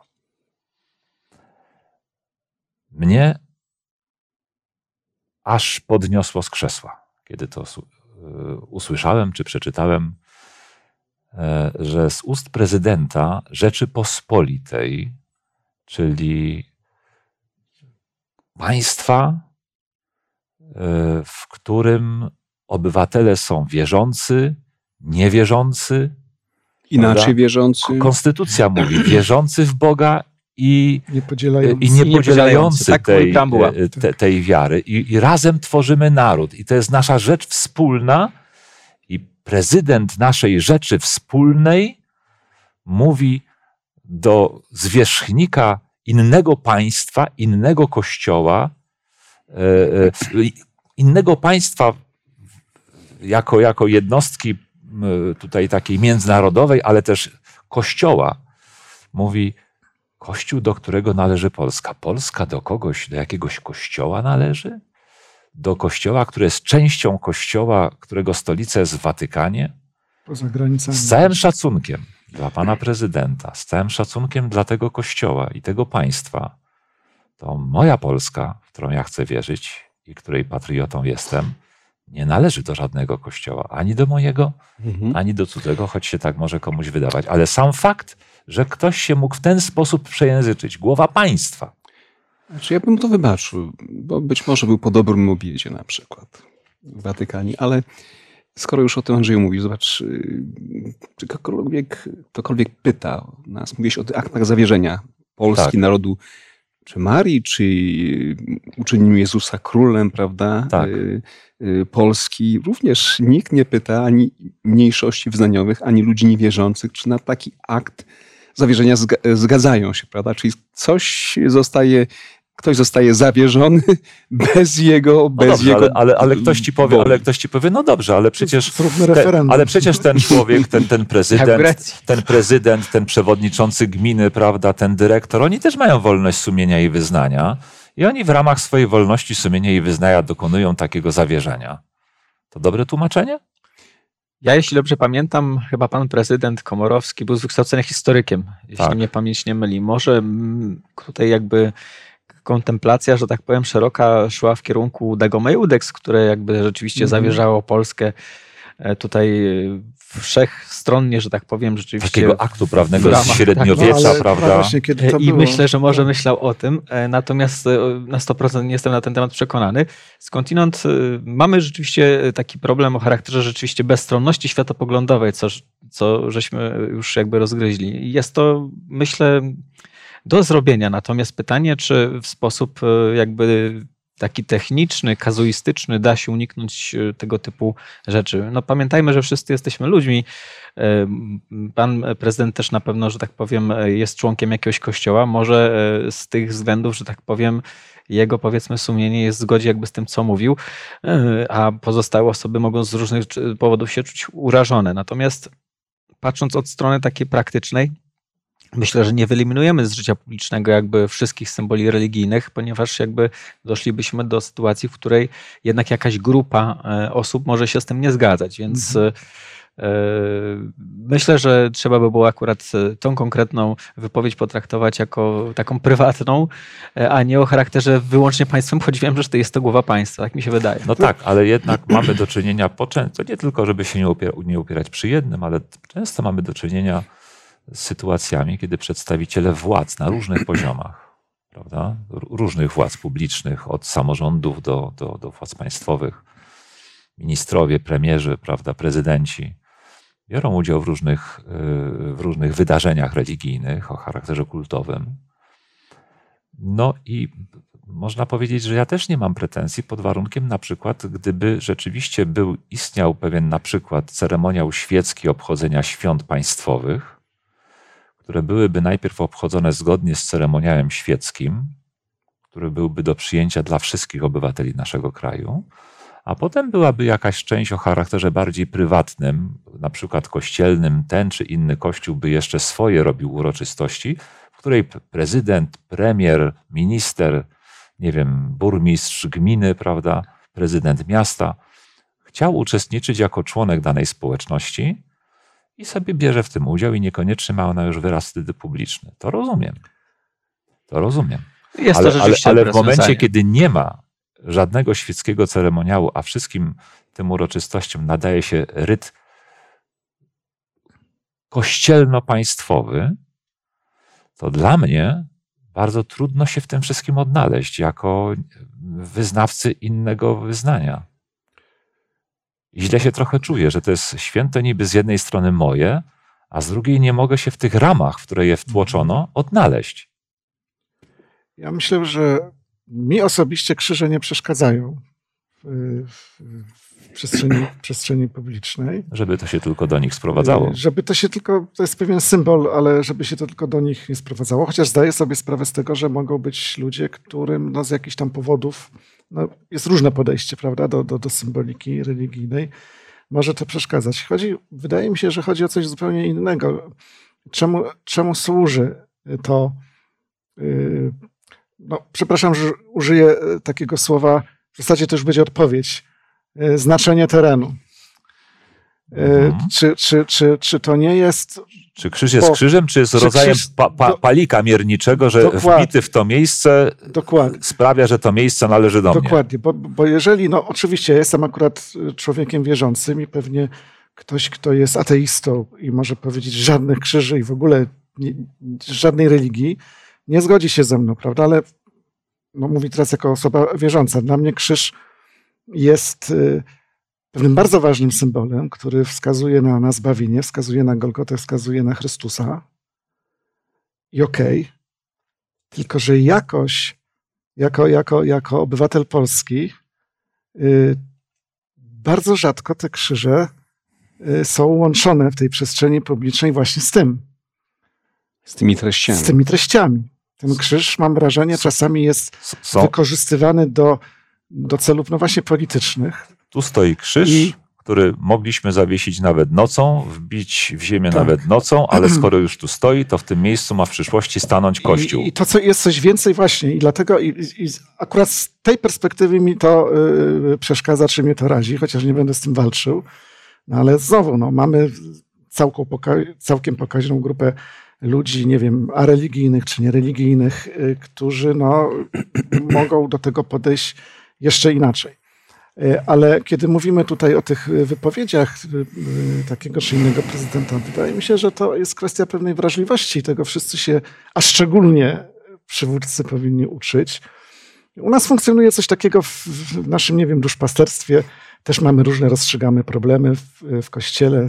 Mnie aż podniosło z krzesła, kiedy to usłyszałem czy przeczytałem. że z ust prezydenta Rzeczypospolitej, czyli państwa, w którym obywatele są wierzący, niewierzący. Inaczej prawda? wierzący. Konstytucja mówi wierzący w Boga i niepodzielający. niepodzielający Tak mówi preambuła. tej wiary. I razem tworzymy naród. I to jest nasza rzecz wspólna. I prezydent naszej rzeczy wspólnej mówi do zwierzchnika innego państwa, innego kościoła, innego państwa jako jednostki tutaj takiej międzynarodowej, ale też kościoła. Mówi, kościół, do którego należy Polska. Polska do kogoś, do jakiegoś kościoła należy? Do kościoła, który jest częścią kościoła, którego stolica jest w Watykanie? Poza granicami. Z całym szacunkiem dla pana prezydenta, z całym szacunkiem dla tego kościoła i tego państwa, to moja Polska, w którą ja chcę wierzyć i której patriotą jestem, nie należy do żadnego kościoła, ani do mojego, ani do cudzego, choć się tak może komuś wydawać. Ale sam fakt, że ktoś się mógł w ten sposób przejęzyczyć, głowa państwa. Znaczy ja bym to wybaczył, bo być może był po dobrym obiedzie na przykład w Watykanie, ale skoro już o tym Andrzeju mówisz, zobacz, czy ktokolwiek pyta nas, mówiłeś o tych aktach zawierzenia Polski, Tak. narodu, czy Marii, czy uczynimy Jezusa królem, prawda, Tak. Polski. Również nikt nie pyta ani mniejszości wyznaniowych, ani ludzi niewierzących, czy na taki akt zawierzenia zgadzają się, prawda? Czyli ktoś zostaje zawierzony bez jego... No dobrze, ale ktoś ci powie, no dobrze, ale przecież, Zróbmy referendum. ale przecież ten człowiek, ten prezydent, ten przewodniczący gminy, prawda, ten dyrektor, oni też mają wolność sumienia i wyznania i oni w ramach swojej wolności sumienia i wyznania dokonują takiego zawierzenia. To dobre tłumaczenie? Ja, jeśli dobrze pamiętam, chyba pan prezydent Komorowski był z wykształcenia historykiem, jeśli Tak. mnie pamięć nie myli. Może tutaj jakby kontemplacja, że tak powiem, szeroka szła w kierunku Dagomejudex, które jakby rzeczywiście zawierzało Polskę tutaj wszechstronnie, że tak powiem, rzeczywiście. Takiego aktu prawnego z ramach, średniowiecza, ale prawda? właśnie, kiedy to I było, myślę, że może myślał o tym, natomiast na 100% nie jestem na ten temat przekonany. Skądinąd mamy rzeczywiście taki problem o charakterze rzeczywiście bezstronności światopoglądowej, co żeśmy już jakby rozgryźli. Jest to, myślę, do zrobienia. Natomiast pytanie, czy w sposób jakby taki techniczny, kazuistyczny da się uniknąć tego typu rzeczy. No pamiętajmy, że wszyscy jesteśmy ludźmi. Pan prezydent też na pewno, że tak powiem, jest członkiem jakiegoś kościoła. Może z tych względów, że tak powiem, jego powiedzmy sumienie jest w zgodzie jakby z tym, co mówił, a pozostałe osoby mogą z różnych powodów się czuć urażone. Natomiast patrząc od strony takiej praktycznej, myślę, że nie wyeliminujemy z życia publicznego jakby wszystkich symboli religijnych, ponieważ jakby doszlibyśmy do sytuacji, w której jednak jakaś grupa osób może się z tym nie zgadzać, więc myślę, że trzeba by było akurat tą konkretną wypowiedź potraktować jako taką prywatną, a nie o charakterze wyłącznie państwem, choć wiem, że to jest to głowa państwa, tak mi się wydaje. No tak, ale jednak mamy do czynienia, to nie tylko, żeby się nie upierać przy jednym, ale często mamy do czynienia z sytuacjami, kiedy przedstawiciele władz na różnych poziomach, prawda, różnych władz publicznych, od samorządów do władz państwowych, ministrowie, premierzy, prawda, prezydenci, biorą udział w różnych wydarzeniach religijnych o charakterze kultowym. No i można powiedzieć, że ja też nie mam pretensji pod warunkiem na przykład, gdyby rzeczywiście istniał pewien na przykład ceremoniał świecki obchodzenia świąt państwowych, które byłyby najpierw obchodzone zgodnie z ceremoniałem świeckim, który byłby do przyjęcia dla wszystkich obywateli naszego kraju, a potem byłaby jakaś część o charakterze bardziej prywatnym, na przykład kościelnym, ten czy inny kościół by jeszcze swoje robił uroczystości, w której prezydent, premier, minister, nie wiem, burmistrz gminy, prawda, prezydent miasta chciał uczestniczyć jako członek danej społeczności i sobie bierze w tym udział i niekoniecznie ma ona już wyraz wtedy publiczny. To rozumiem. Jest to rzeczywiście ale w momencie, rozwiązanie. kiedy nie ma żadnego świeckiego ceremoniału, a wszystkim tym uroczystościom nadaje się ryt kościelno-państwowy, to dla mnie bardzo trudno się w tym wszystkim odnaleźć jako wyznawcy innego wyznania. I źle się trochę czuję, że to jest święto niby z jednej strony moje, a z drugiej nie mogę się w tych ramach, w które je wtłoczono, odnaleźć. Ja myślę, że mi osobiście krzyże nie przeszkadzają w przestrzeni publicznej. Żeby to się tylko do nich sprowadzało. Żeby to się tylko, to jest pewien symbol, ale żeby się to tylko do nich nie sprowadzało. Chociaż zdaję sobie sprawę z tego, że mogą być ludzie, którym no, z jakichś tam powodów, no, jest różne podejście, prawda, do symboliki religijnej. Może to przeszkadzać. Wydaje mi się, że chodzi o coś zupełnie innego. Czemu służy to? No, przepraszam, że użyję takiego słowa, w zasadzie to już będzie odpowiedź. Znaczenie terenu. Czy to nie jest... Czy krzyż jest krzyżem, czy jest rodzajem palika mierniczego, że wbity w to miejsce sprawia, że to miejsce należy do mnie? Dokładnie, bo jeżeli, no oczywiście ja jestem akurat człowiekiem wierzącym i pewnie ktoś, kto jest ateistą i może powiedzieć żadnych krzyży i w ogóle żadnej religii, nie zgodzi się ze mną, prawda? Ale no, mówi teraz jako osoba wierząca. Dla mnie krzyż jest pewnym bardzo ważnym symbolem, który wskazuje na zbawienie, wskazuje na Golgotę, wskazuje na Chrystusa. I tylko że jakoś, jako obywatel Polski, bardzo rzadko te krzyże są łączone w tej przestrzeni publicznej właśnie z tym. Z tymi treściami. Z tymi treściami. Ten krzyż, mam wrażenie, czasami jest wykorzystywany do celów, no właśnie, politycznych. Tu stoi krzyż, który mogliśmy zawiesić nawet nocą, wbić w ziemię nawet nocą, ale skoro już tu stoi, to w tym miejscu ma w przyszłości stanąć Kościół. I to, co jest coś więcej właśnie. I dlatego akurat z tej perspektywy mi to przeszkadza, czy mnie to razi, chociaż nie będę z tym walczył. No ale znowu, no, mamy całkiem pokaźną grupę ludzi, nie wiem, areligijnych czy niereligijnych, którzy no, mogą do tego podejść jeszcze inaczej. Ale kiedy mówimy tutaj o tych wypowiedziach takiego czy innego prezydenta, wydaje mi się, że to jest kwestia pewnej wrażliwości. Tego wszyscy się, a szczególnie przywódcy, powinni uczyć. U nas funkcjonuje coś takiego w naszym, nie wiem, duszpasterstwie. Też mamy różne, rozstrzygamy problemy w Kościele.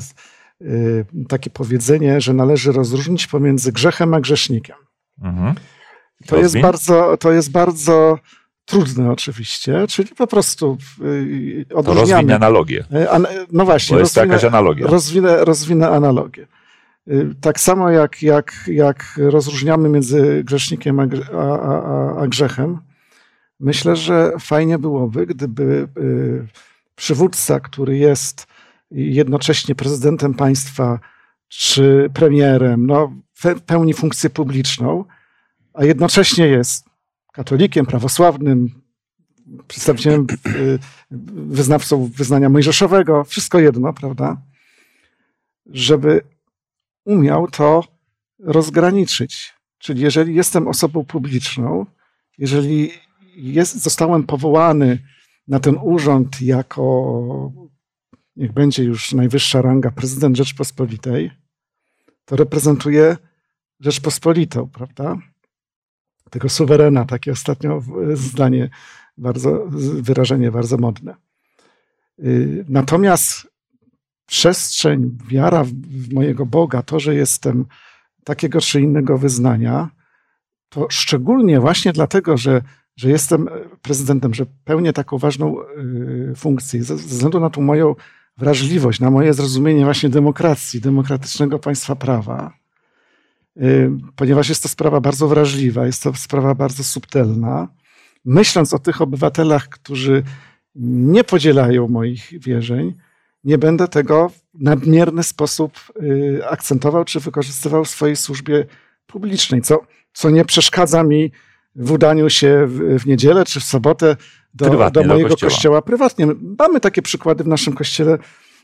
Takie powiedzenie, że należy rozróżnić pomiędzy grzechem a grzesznikiem. Mhm. To jest bardzo trudne oczywiście, czyli po prostu odróżniamy. To rozwinie analogię. No właśnie. Bo jest to jakaś analogia. Rozwinę analogię. Tak samo jak rozróżniamy między grzesznikiem a grzechem, myślę, że fajnie byłoby, gdyby przywódca, który jest jednocześnie prezydentem państwa czy premierem, no, pełni funkcję publiczną, a jednocześnie jest katolikiem, prawosławnym, przedstawicielem, wyznawcą wyznania mojżeszowego, wszystko jedno, prawda? Żeby umiał to rozgraniczyć. Czyli jeżeli jestem osobą publiczną, jeżeli zostałem powołany na ten urząd jako, niech będzie już najwyższa ranga, prezydent Rzeczpospolitej, to reprezentuję Rzeczpospolitą, prawda? Tego suwerena, takie ostatnio zdanie, wyrażenie bardzo modne. Natomiast przestrzeń, wiara w mojego Boga, to, że jestem takiego czy innego wyznania, to szczególnie właśnie dlatego, że jestem prezydentem, że pełnię taką ważną funkcję, ze względu na tą moją wrażliwość, na moje zrozumienie właśnie demokracji, demokratycznego państwa prawa, ponieważ jest to sprawa bardzo wrażliwa, jest to sprawa bardzo subtelna. Myśląc o tych obywatelach, którzy nie podzielają moich wierzeń, nie będę tego w nadmierny sposób akcentował czy wykorzystywał w swojej służbie publicznej, co nie przeszkadza mi w udaniu się w niedzielę czy w sobotę do mojego kościoła prywatnie. Mamy takie przykłady w naszym kościele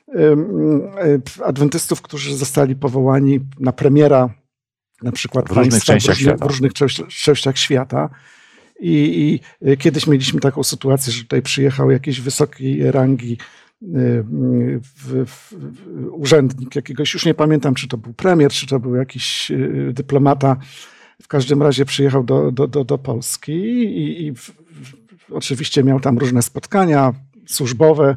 adwentystów, którzy zostali powołani na premiera na przykład w różnych częściach świata. I kiedyś mieliśmy taką sytuację, że tutaj przyjechał jakiś wysokiej rangi urzędnik jakiegoś, już nie pamiętam, czy to był premier, czy to był jakiś dyplomata, w każdym razie przyjechał do Polski i oczywiście miał tam różne spotkania służbowe.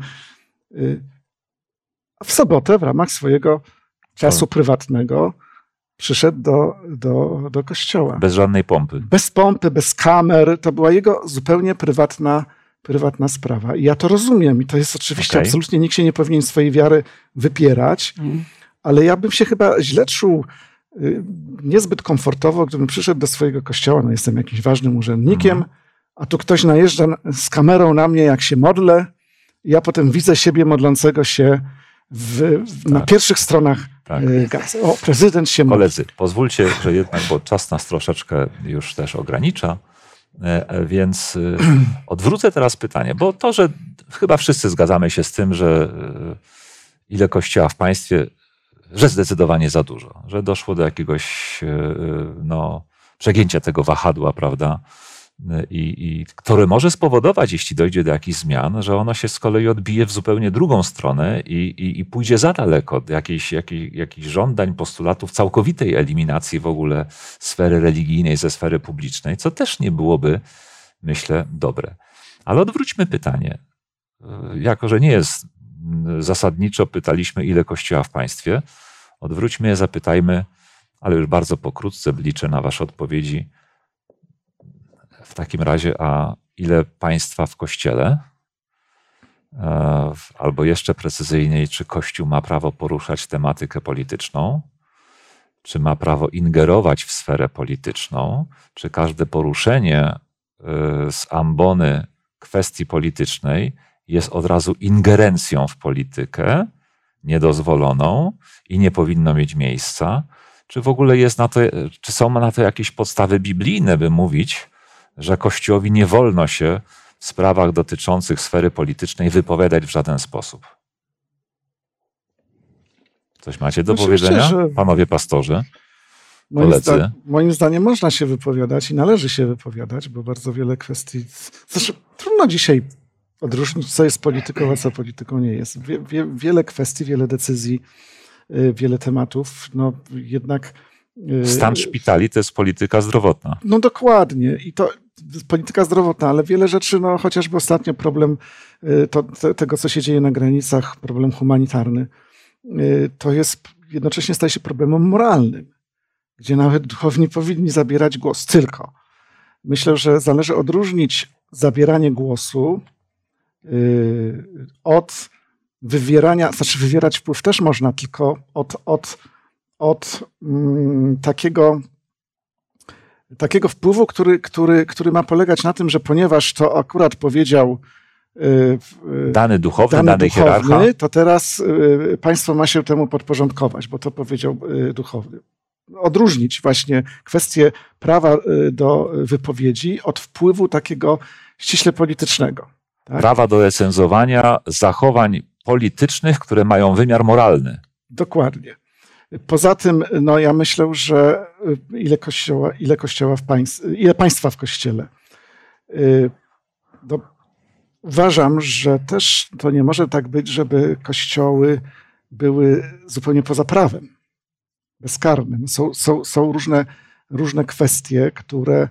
A w sobotę w ramach swojego czasu prywatnego przyszedł do kościoła. Bez żadnej pompy. Bez pompy, bez kamer. To była jego zupełnie prywatna sprawa. I ja to rozumiem. I to jest oczywiście absolutnie, nikt się nie powinien swojej wiary wypierać, ale ja bym się chyba źle czuł, niezbyt komfortowo, gdybym przyszedł do swojego kościoła, no jestem jakimś ważnym urzędnikiem, a tu ktoś najeżdża z kamerą na mnie, jak się modlę. I ja potem widzę siebie modlącego się na pierwszych stronach gazet. O, prezydent się modli. Koledzy, pozwólcie, że jednak, bo czas nas troszeczkę już też ogranicza, więc odwrócę teraz pytanie, bo to, że chyba wszyscy zgadzamy się z tym, że ile kościoła w państwie, że zdecydowanie za dużo, że doszło do jakiegoś przegięcia tego wahadła, prawda, i które może spowodować, jeśli dojdzie do jakichś zmian, że ono się z kolei odbije w zupełnie drugą stronę i pójdzie za daleko do jakichś żądań, postulatów całkowitej eliminacji w ogóle sfery religijnej ze sfery publicznej, co też nie byłoby, myślę, dobre. Ale odwróćmy pytanie. Jako że nie jest zasadniczo, pytaliśmy, ile kościoła w państwie, odwróćmy je, zapytajmy, ale już bardzo pokrótce, liczę na wasze odpowiedzi. W takim razie, a ile państwa w kościele? Albo jeszcze precyzyjniej, czy Kościół ma prawo poruszać tematykę polityczną? Czy ma prawo ingerować w sferę polityczną? Czy każde poruszenie z ambony kwestii politycznej jest od razu ingerencją w politykę, niedozwoloną i nie powinno mieć miejsca? Czy w ogóle jest na to, czy są na to jakieś podstawy biblijne, by mówić, że Kościołowi nie wolno się w sprawach dotyczących sfery politycznej wypowiadać w żaden sposób? Coś macie do powiedzenia, panowie pastorzy, koledzy? Moim zdaniem można się wypowiadać i należy się wypowiadać, bo bardzo wiele kwestii... Zresztą trudno dzisiaj odróżnić, co jest polityką, a co polityką nie jest. Wiele kwestii, wiele decyzji, wiele tematów, no jednak... Stan szpitali to jest polityka zdrowotna. No dokładnie. I to polityka zdrowotna, ale wiele rzeczy, no chociażby ostatnio problem tego, co się dzieje na granicach, problem humanitarny, to jest jednocześnie staje się problemem moralnym, gdzie nawet duchowni powinni zabierać głos. Tylko myślę, że należy odróżnić zabieranie głosu od wywierania, znaczy wywierać wpływ też można, tylko od takiego wpływu, który ma polegać na tym, że ponieważ to akurat powiedział dany duchowny, hierarcha, to teraz państwo ma się temu podporządkować, bo to powiedział duchowny. Odróżnić właśnie kwestię prawa do wypowiedzi od wpływu takiego ściśle politycznego. Tak? Prawa do recenzowania zachowań politycznych, które mają wymiar moralny. Dokładnie. Poza tym, no ja myślę, że ile państwa w kościele. Uważam, że też to nie może tak być, żeby kościoły były zupełnie poza prawem, bezkarnym. Są różne kwestie, które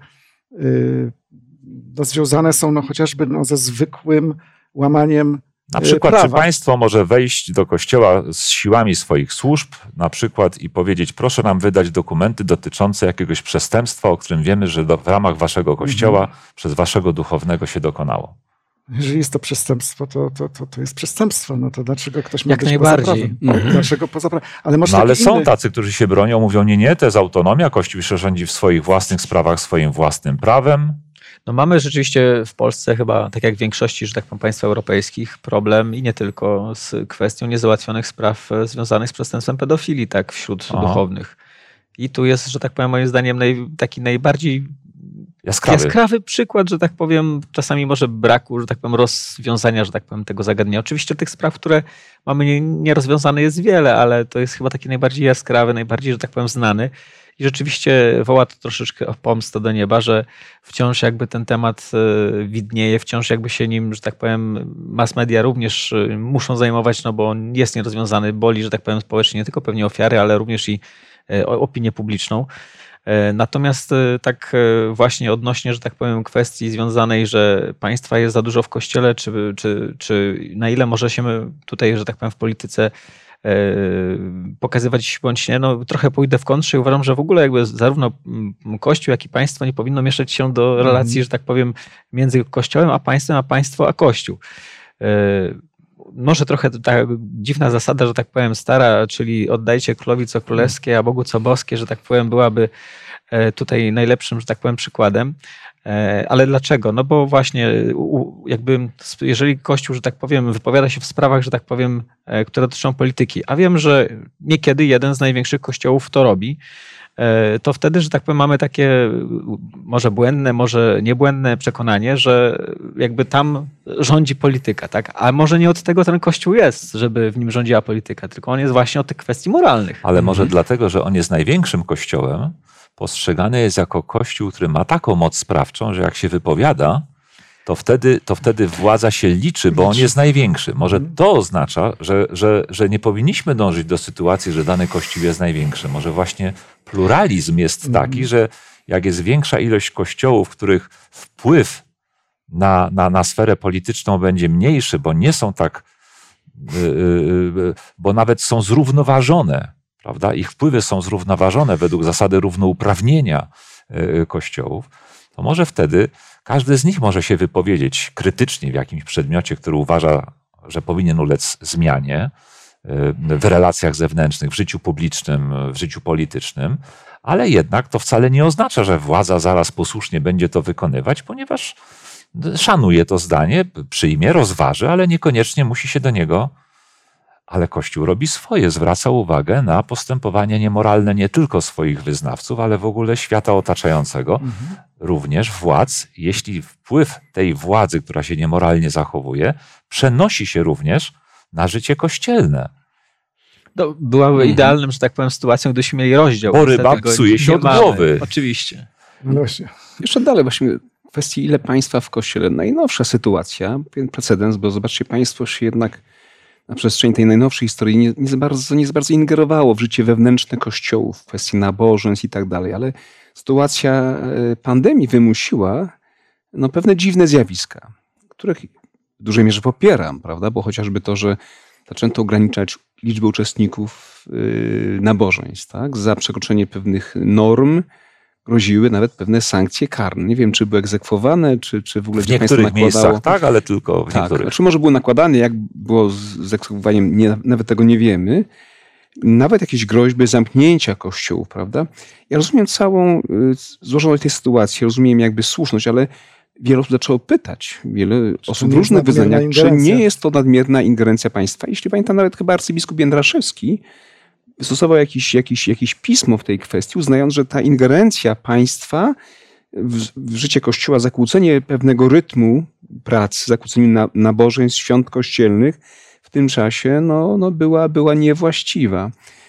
związane są chociażby ze zwykłym łamaniem na przykład, prawa. Czy państwo może wejść do kościoła z siłami swoich służb, na przykład i powiedzieć, proszę nam wydać dokumenty dotyczące jakiegoś przestępstwa, o którym wiemy, że w ramach waszego kościoła przez waszego duchownego się dokonało? Jeżeli jest to przestępstwo, to jest przestępstwo. No to dlaczego ktoś ma jak być najbardziej. poza prawem? Dlaczego poza prawem? Ale są tacy, którzy się bronią, mówią, nie, to jest autonomia, Kościół się rządzi w swoich własnych sprawach, swoim własnym prawem. No mamy rzeczywiście w Polsce chyba, tak jak w większości, że tak powiem, państw europejskich, problem i nie tylko z kwestią niezałatwionych spraw związanych z przestępstwem pedofilii, tak, wśród duchownych. I tu jest, że tak powiem, moim zdaniem taki najbardziej jaskrawy przykład, że tak powiem, czasami może braku, że tak powiem, rozwiązania, że tak powiem, tego zagadnienia. Oczywiście tych spraw, które mamy nierozwiązane jest wiele, ale to jest chyba taki najbardziej jaskrawy, najbardziej, że tak powiem, znany. I rzeczywiście woła to troszeczkę o pomstę do nieba, że wciąż jakby ten temat widnieje, wciąż jakby się nim, że tak powiem, mass media również muszą zajmować, no bo on jest nierozwiązany, boli, że tak powiem, społecznie nie tylko pewnie ofiary, ale również i opinię publiczną. Natomiast tak właśnie odnośnie, że tak powiem, kwestii związanej, że państwa jest za dużo w kościele, czy na ile może się tutaj, że tak powiem, w polityce pokazywać bądź nie, no trochę pójdę w kontrze i uważam, że w ogóle jakby zarówno Kościół, jak i państwo nie powinno mieszać się do relacji, że tak powiem, między Kościołem a państwem, a państwo a Kościół. Może trochę ta dziwna zasada, że tak powiem, stara, czyli oddajcie królowi co królewskie, a Bogu co boskie, że tak powiem, byłaby tutaj najlepszym, że tak powiem, przykładem. Ale dlaczego? No bo właśnie jakby jeżeli Kościół, że tak powiem, wypowiada się w sprawach, że tak powiem, które dotyczą polityki, a wiem, że niekiedy jeden z największych kościołów to robi, to wtedy, że tak powiem, mamy takie może błędne, może niebłędne przekonanie, że jakby tam rządzi polityka, tak? A może nie od tego ten Kościół jest, żeby w nim rządziła polityka, tylko on jest właśnie od tych kwestii moralnych. Ale może dlatego, że on jest największym kościołem, postrzegany jest jako kościół, który ma taką moc sprawczą, że jak się wypowiada, to wtedy władza się liczy, bo on jest największy. Może to oznacza, że nie powinniśmy dążyć do sytuacji, że dany kościół jest największy. Może właśnie pluralizm jest taki, że jak jest większa ilość kościołów, których wpływ na sferę polityczną będzie mniejszy, bo nie są tak, bo nawet są zrównoważone, prawda? Ich wpływy są zrównoważone według zasady równouprawnienia kościołów, to może wtedy każdy z nich może się wypowiedzieć krytycznie w jakimś przedmiocie, który uważa, że powinien ulec zmianie w relacjach zewnętrznych, w życiu publicznym, w życiu politycznym, ale jednak to wcale nie oznacza, że władza zaraz posłusznie będzie to wykonywać, ponieważ szanuje to zdanie, przyjmie, rozważy, ale niekoniecznie musi się do niego. Ale Kościół robi swoje, zwraca uwagę na postępowanie niemoralne nie tylko swoich wyznawców, ale w ogóle świata otaczającego, również władz, jeśli wpływ tej władzy, która się niemoralnie zachowuje, przenosi się również na życie kościelne. No, byłaby idealnym, że tak powiem, sytuacją, gdybyśmy mieli rozdział. Bo ryba psuje się od głowy. Oczywiście. No właśnie. Jeszcze dalej właśnie w kwestii ile państwa w kościele. Najnowsza sytuacja, pewien precedens, bo zobaczcie, państwo się jednak na przestrzeni tej najnowszej historii nie za bardzo ingerowało w życie wewnętrzne kościołów, w kwestii nabożeństw i tak dalej, ale sytuacja pandemii wymusiła pewne dziwne zjawiska, których w dużej mierze popieram, prawda? Bo chociażby to, że zaczęto ograniczać liczbę uczestników nabożeństw, tak? Za przekroczenie pewnych norm groziły nawet pewne sankcje karne. Nie wiem, czy były egzekwowane, czy w ogóle w niektórych miejscach tak, ale tylko w niektórych. Czy może były nakładane, jak było z egzekwowaniem, nawet tego nie wiemy. Nawet jakieś groźby zamknięcia kościołów, prawda? Ja rozumiem całą złożoność tej sytuacji, rozumiem jakby słuszność, ale wiele osób zaczęło pytać, wiele osób w różnych wyznaniach, czy nie jest to nadmierna ingerencja państwa. Jeśli pamiętam, nawet chyba arcybiskup Jędraszewski wystosował jakieś pismo w tej kwestii, uznając, że ta ingerencja państwa w życie Kościoła, zakłócenie pewnego rytmu pracy, zakłócenie nabożeństw, świąt kościelnych w tym czasie była niewłaściwa.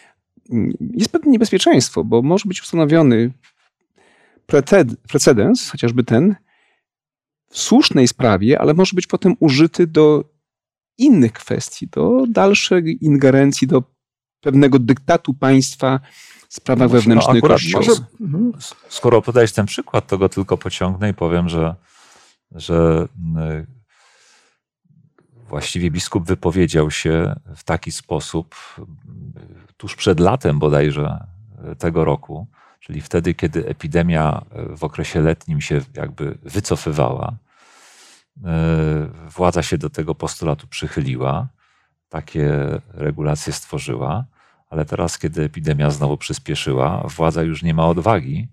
Jest pewne niebezpieczeństwo, bo może być ustanowiony precedens, chociażby ten, w słusznej sprawie, ale może być potem użyty do innych kwestii, do dalszej ingerencji, do pewnego dyktatu państwa w sprawach wewnętrznych Kościoła. Skoro podajesz ten przykład, to go tylko pociągnę i powiem, że właściwie biskup wypowiedział się w taki sposób tuż przed latem bodajże tego roku, czyli wtedy, kiedy epidemia w okresie letnim się jakby wycofywała. Władza się do tego postulatu przychyliła, takie regulacje stworzyła, ale teraz, kiedy epidemia znowu przyspieszyła, władza już nie ma odwagi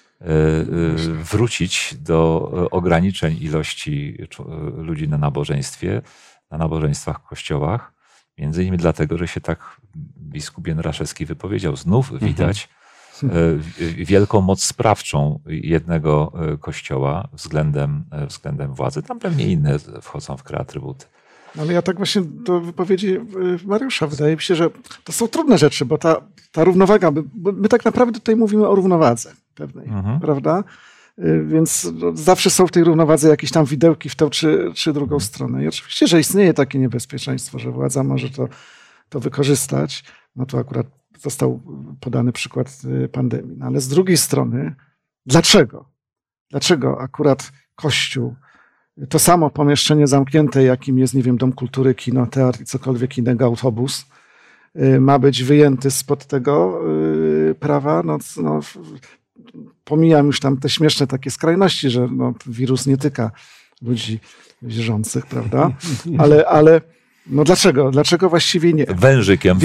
wrócić do ograniczeń ilości ludzi na nabożeństwach w kościołach, między innymi dlatego, że się tak biskup Jędraszewski wypowiedział. Znów widać wielką moc sprawczą jednego kościoła względem władzy. Tam pewnie inne wchodzą w grę atrybuty. Ale ja tak właśnie do wypowiedzi Mariusza, wydaje mi się, że to są trudne rzeczy, bo ta równowaga, my tak naprawdę tutaj mówimy o równowadze pewnej, prawda? Więc zawsze są w tej równowadze jakieś tam widełki w tę czy drugą stronę. I oczywiście, że istnieje takie niebezpieczeństwo, że władza może to wykorzystać. No to akurat został podany przykład pandemii. No ale z drugiej strony, dlaczego? Dlaczego akurat Kościół, to samo pomieszczenie zamknięte, jakim jest, nie wiem, dom kultury, kino, teatr i cokolwiek innego, autobus, ma być wyjęty spod tego prawa? No, pomijam już tam te śmieszne takie skrajności, że wirus nie tyka ludzi wierzących, prawda? Ale no dlaczego? Dlaczego właściwie nie? Wężykiem.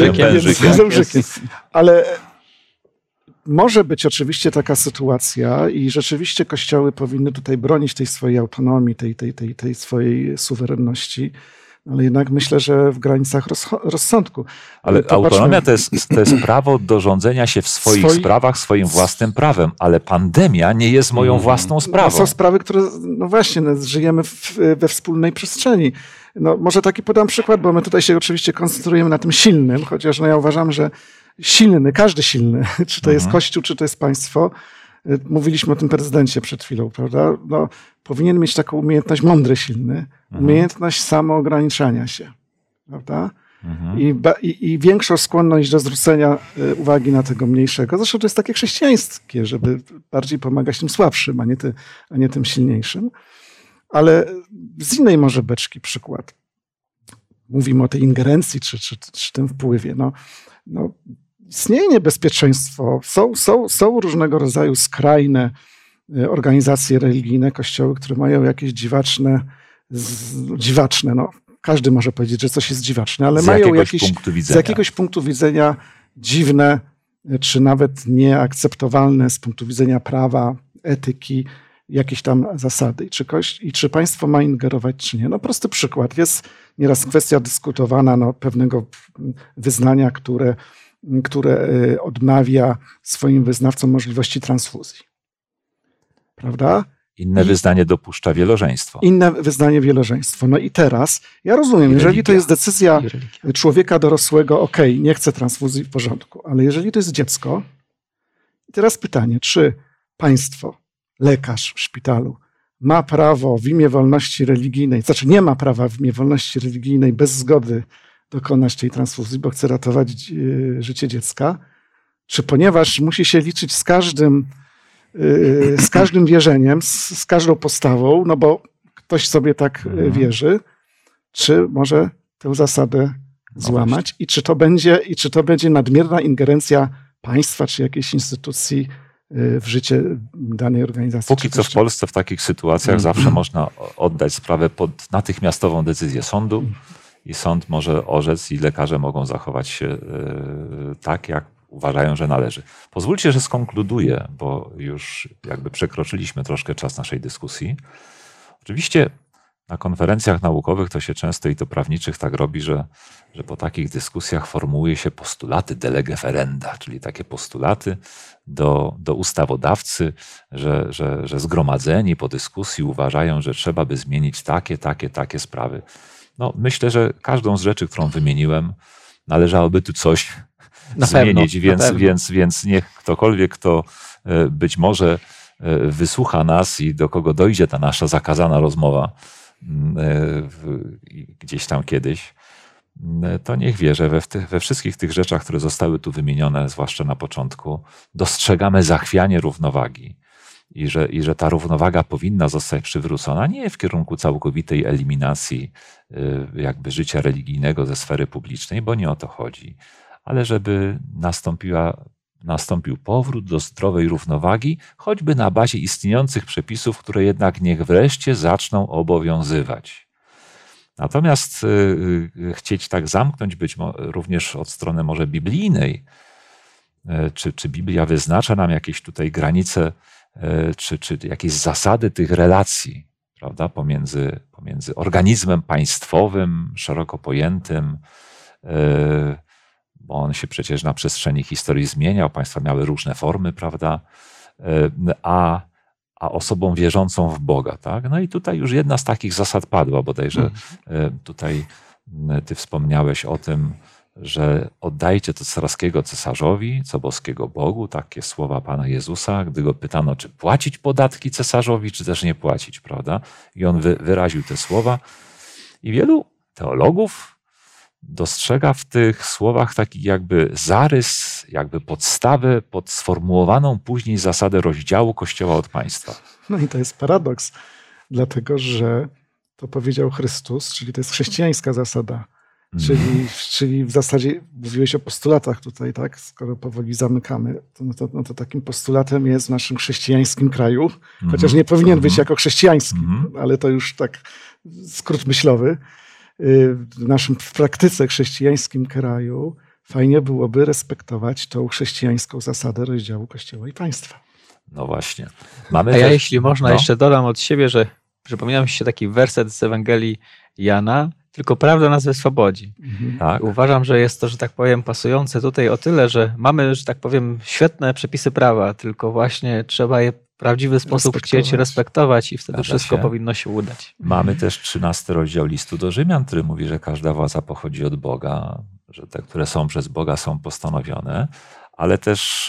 Ale może być oczywiście taka sytuacja i rzeczywiście kościoły powinny tutaj bronić tej swojej autonomii, tej swojej suwerenności, ale jednak myślę, że w granicach rozsądku. Ale autonomia to jest prawo do rządzenia się w swoich sprawach swoim własnym prawem, ale pandemia nie jest moją własną sprawą. To są sprawy, które, no właśnie, żyjemy we wspólnej przestrzeni. No, może taki podam przykład, bo my tutaj się oczywiście koncentrujemy na tym silnym, chociaż ja uważam, że każdy silny, czy to jest Kościół, czy to jest państwo, mówiliśmy o tym prezydencie przed chwilą, prawda? No, powinien mieć taką umiejętność, mądry, silny, umiejętność samoograniczania się, prawda? I większą skłonność do zwrócenia uwagi na tego mniejszego. Zresztą to jest takie chrześcijańskie, żeby bardziej pomagać tym słabszym, a nie tym silniejszym. Ale z innej może beczki przykład. Mówimy o tej ingerencji, czy tym wpływie. No, istnieje niebezpieczeństwo. Są różnego rodzaju skrajne organizacje religijne, kościoły, które mają jakieś dziwaczne, no, każdy może powiedzieć, że coś jest dziwaczne, ale mają jakieś z jakiegoś punktu widzenia dziwne, czy nawet nieakceptowalne z punktu widzenia prawa, etyki, jakieś tam zasady. I czy państwo ma ingerować, czy nie? No prosty przykład. Jest nieraz kwestia dyskutowana pewnego wyznania, które odmawia swoim wyznawcom możliwości transfuzji. Prawda? Inne wyznanie dopuszcza wielożeństwo. Inne wyznanie wielożeństwo. No i teraz, ja rozumiem, jeżeli to jest decyzja człowieka dorosłego, okej, nie chcę transfuzji, w porządku, ale jeżeli to jest dziecko, i teraz pytanie, czy państwo, lekarz w szpitalu ma prawo w imię wolności religijnej, znaczy nie ma prawa w imię wolności religijnej bez zgody dokonać tej transfuzji, bo chce ratować życie dziecka, czy ponieważ musi się liczyć z każdym wierzeniem, z każdą postawą, no bo ktoś sobie tak wierzy, czy może tę zasadę złamać i czy to będzie nadmierna ingerencja państwa czy jakiejś instytucji w życie danej organizacji. Póki co w Polsce w takich sytuacjach zawsze można oddać sprawę pod natychmiastową decyzję sądu i sąd może orzec i lekarze mogą zachować się tak, jak uważają, że należy. Pozwólcie, że skonkluduję, bo już jakby przekroczyliśmy troszkę czas naszej dyskusji. Oczywiście na konferencjach naukowych to się często i to prawniczych tak robi, że po takich dyskusjach formułuje się postulaty de lege ferenda, czyli takie postulaty do ustawodawcy, że zgromadzeni po dyskusji uważają, że trzeba by zmienić takie sprawy. No, myślę, że każdą z rzeczy, którą wymieniłem, należałoby tu coś zmienić, więc niech ktokolwiek, kto być może wysłucha nas i do kogo dojdzie ta nasza zakazana rozmowa gdzieś tam kiedyś, to niech wie, że we wszystkich tych rzeczach, które zostały tu wymienione, zwłaszcza na początku, dostrzegamy zachwianie równowagi i że ta równowaga powinna zostać przywrócona nie w kierunku całkowitej eliminacji jakby życia religijnego ze sfery publicznej, bo nie o to chodzi, ale żeby nastąpił powrót do zdrowej równowagi, choćby na bazie istniejących przepisów, które jednak niech wreszcie zaczną obowiązywać. Natomiast chcieć tak zamknąć być również od strony może biblijnej, czy Biblia wyznacza nam jakieś tutaj granice, czy jakieś zasady tych relacji, prawda, pomiędzy organizmem państwowym, szeroko pojętym, bo on się przecież na przestrzeni historii zmieniał, państwa miały różne formy, prawda, a osobą wierzącą w Boga. Tak? No i tutaj już jedna z takich zasad padła, bodajże tutaj ty wspomniałeś o tym, że oddajcie to cesarskiego cesarzowi, co boskiego Bogu, takie słowa Pana Jezusa, gdy go pytano, czy płacić podatki cesarzowi, czy też nie płacić, prawda? I on wyraził te słowa. I wielu teologów dostrzega w tych słowach taki jakby zarys, jakby podstawę pod sformułowaną później zasadę rozdziału Kościoła od państwa. No i to jest paradoks, dlatego że to powiedział Chrystus, czyli to jest chrześcijańska zasada. Czyli w zasadzie mówiłeś o postulatach tutaj, tak? Skoro powoli zamykamy, to takim postulatem jest w naszym chrześcijańskim kraju, chociaż nie powinien być jako chrześcijański, ale to już tak skrót myślowy. W praktyce chrześcijańskim kraju fajnie byłoby respektować tą chrześcijańską zasadę rozdziału Kościoła i państwa. No właśnie. A ja, jeśli można, jeszcze dodam od siebie, że przypomniał mi się taki werset z Ewangelii Jana, tylko prawda nas wyswobodzi. Tak. Uważam, że jest to, że tak powiem, pasujące tutaj o tyle, że mamy, że tak powiem, świetne przepisy prawa, tylko właśnie trzeba je w prawdziwy sposób chcieć respektować i wtedy wszystko powinno się udać. Mamy też 13 rozdział listu do Rzymian, który mówi, że każda władza pochodzi od Boga, że te, które są przez Boga, są postanowione, ale też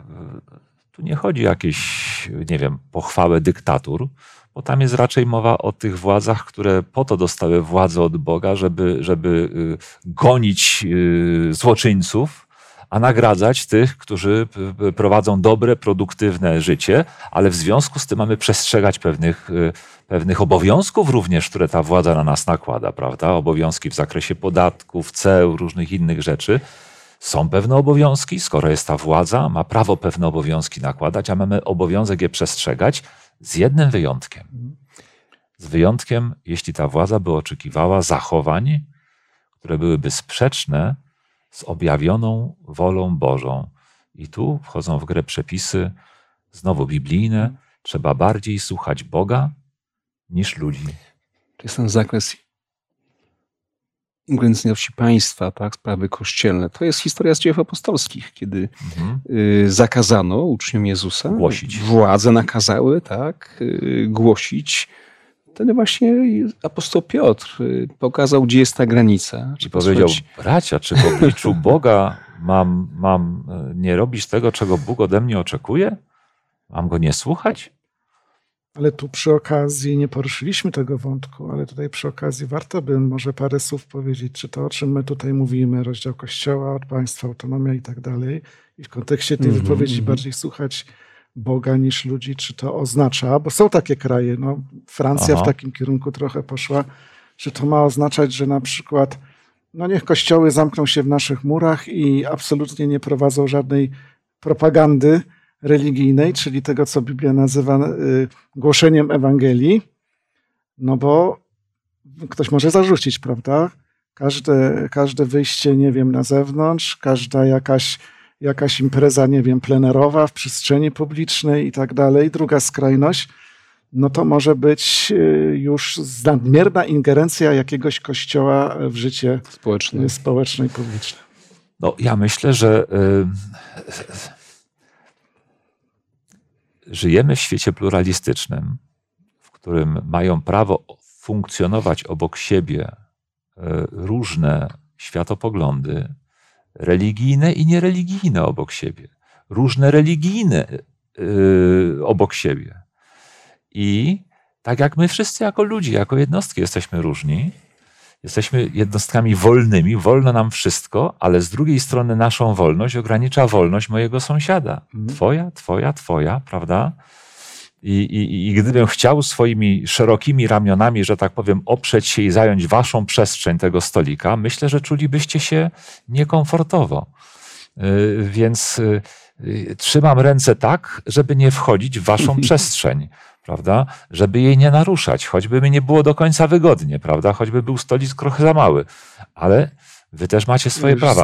tu nie chodzi o jakieś, nie wiem, pochwałę dyktatur, bo tam jest raczej mowa o tych władzach, które po to dostały władzę od Boga, żeby gonić złoczyńców, a nagradzać tych, którzy prowadzą dobre, produktywne życie, ale w związku z tym mamy przestrzegać pewnych obowiązków również, które ta władza na nas nakłada, prawda? Obowiązki w zakresie podatków, ceł, różnych innych rzeczy. Są pewne obowiązki, skoro jest ta władza, ma prawo pewne obowiązki nakładać, a mamy obowiązek je przestrzegać, z jednym wyjątkiem. Z wyjątkiem, jeśli ta władza by oczekiwała zachowań, które byłyby sprzeczne z objawioną wolą Bożą. I tu wchodzą w grę przepisy, znowu biblijne, trzeba bardziej słuchać Boga niż ludzi. To jest ten zakres ingerencyjności państwa, tak, sprawy kościelne. To jest historia z dziejów apostolskich, kiedy zakazano uczniom Jezusa, głosić. Władze nakazały, tak, głosić. Wtedy właśnie apostoł Piotr pokazał, gdzie jest ta granica. I powiedział, bracia, czy w obliczu Boga mam nie robić tego, czego Bóg ode mnie oczekuje? Mam go nie słuchać? Ale tu przy okazji nie poruszyliśmy tego wątku, ale tutaj przy okazji warto by może parę słów powiedzieć, czy to, o czym my tutaj mówimy, rozdział Kościoła od państwa, autonomia i tak dalej, i w kontekście tej wypowiedzi bardziej słuchać Boga niż ludzi, czy to oznacza, bo są takie kraje, no Francja w takim kierunku trochę poszła, czy to ma oznaczać, że na przykład no niech kościoły zamkną się w naszych murach i absolutnie nie prowadzą żadnej propagandy religijnej, czyli tego, co Biblia nazywa głoszeniem Ewangelii, no bo ktoś może zarzucić, prawda? Każde wyjście, nie wiem, na zewnątrz, każda jakaś impreza, nie wiem, plenerowa w przestrzeni publicznej i tak dalej. Druga skrajność, no to może być już nadmierna ingerencja jakiegoś kościoła w życie społeczne i publiczne. No, ja myślę, że żyjemy w świecie pluralistycznym, w którym mają prawo funkcjonować obok siebie różne światopoglądy, religijne i niereligijne obok siebie, różne religijne obok siebie. I tak jak my wszyscy jako ludzie, jako jednostki jesteśmy różni, jesteśmy jednostkami wolnymi, wolno nam wszystko, ale z drugiej strony naszą wolność ogranicza wolność mojego sąsiada. Twoja, prawda? I gdybym chciał swoimi szerokimi ramionami, że tak powiem, oprzeć się i zająć waszą przestrzeń tego stolika, myślę, że czulibyście się niekomfortowo. Więc trzymam ręce tak, żeby nie wchodzić w waszą przestrzeń, prawda? Żeby jej nie naruszać, choćby mi nie było do końca wygodnie, prawda? Choćby był stolik trochę za mały, ale wy też macie swoje prawa.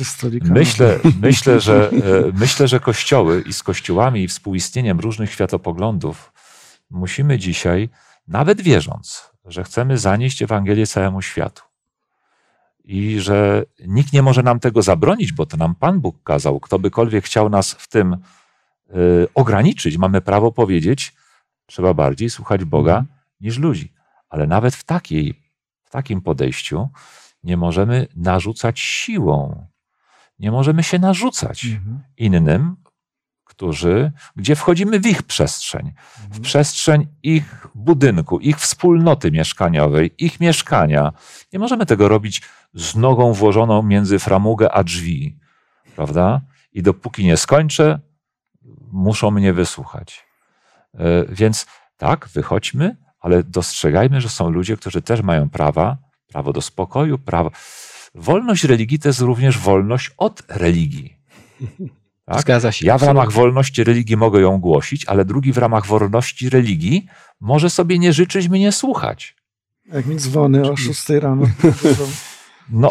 Myślę, że kościoły i z kościołami i współistnieniem różnych światopoglądów musimy dzisiaj, nawet wierząc, że chcemy zanieść Ewangelię całemu światu i że nikt nie może nam tego zabronić, bo to nam Pan Bóg kazał. Kto bykolwiek chciał nas w tym ograniczyć, mamy prawo powiedzieć, Trzeba bardziej słuchać Boga niż ludzi. Ale nawet w takim podejściu nie możemy narzucać siłą. Nie możemy się narzucać innym, gdzie wchodzimy w ich przestrzeń, w przestrzeń ich budynku, ich wspólnoty mieszkaniowej, ich mieszkania. Nie możemy tego robić z nogą włożoną między framugę a drzwi, prawda? I dopóki nie skończę, muszą mnie wysłuchać. Więc tak, wychodźmy, ale dostrzegajmy, że są ludzie, którzy też mają prawo do spokoju, Wolność religii to jest również wolność od religii. Tak? Zgadza się. Ja w ramach wolności religii mogę ją głosić, ale drugi w ramach wolności religii może sobie nie życzyć mnie słuchać. Jak mi dzwony o 6 rano. No,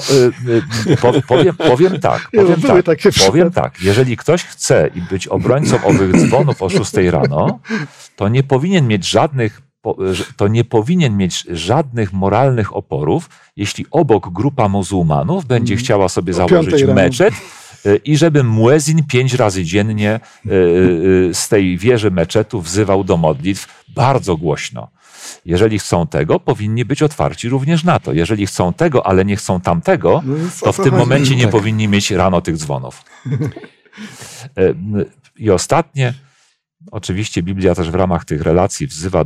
powiem tak, jeżeli ktoś chce i być obrońcą owych dzwonów o 6 rano, to nie powinien mieć żadnych moralnych oporów, jeśli obok grupa muzułmanów będzie chciała sobie założyć meczet i żeby muezin 5 razy dziennie z tej wieży meczetu wzywał do modlitw bardzo głośno. Jeżeli chcą tego, powinni być otwarci również na to. Jeżeli chcą tego, ale nie chcą tamtego, to w tym momencie nie powinni mieć rano tych dzwonów. I ostatnie, oczywiście Biblia też w ramach tych relacji wzywa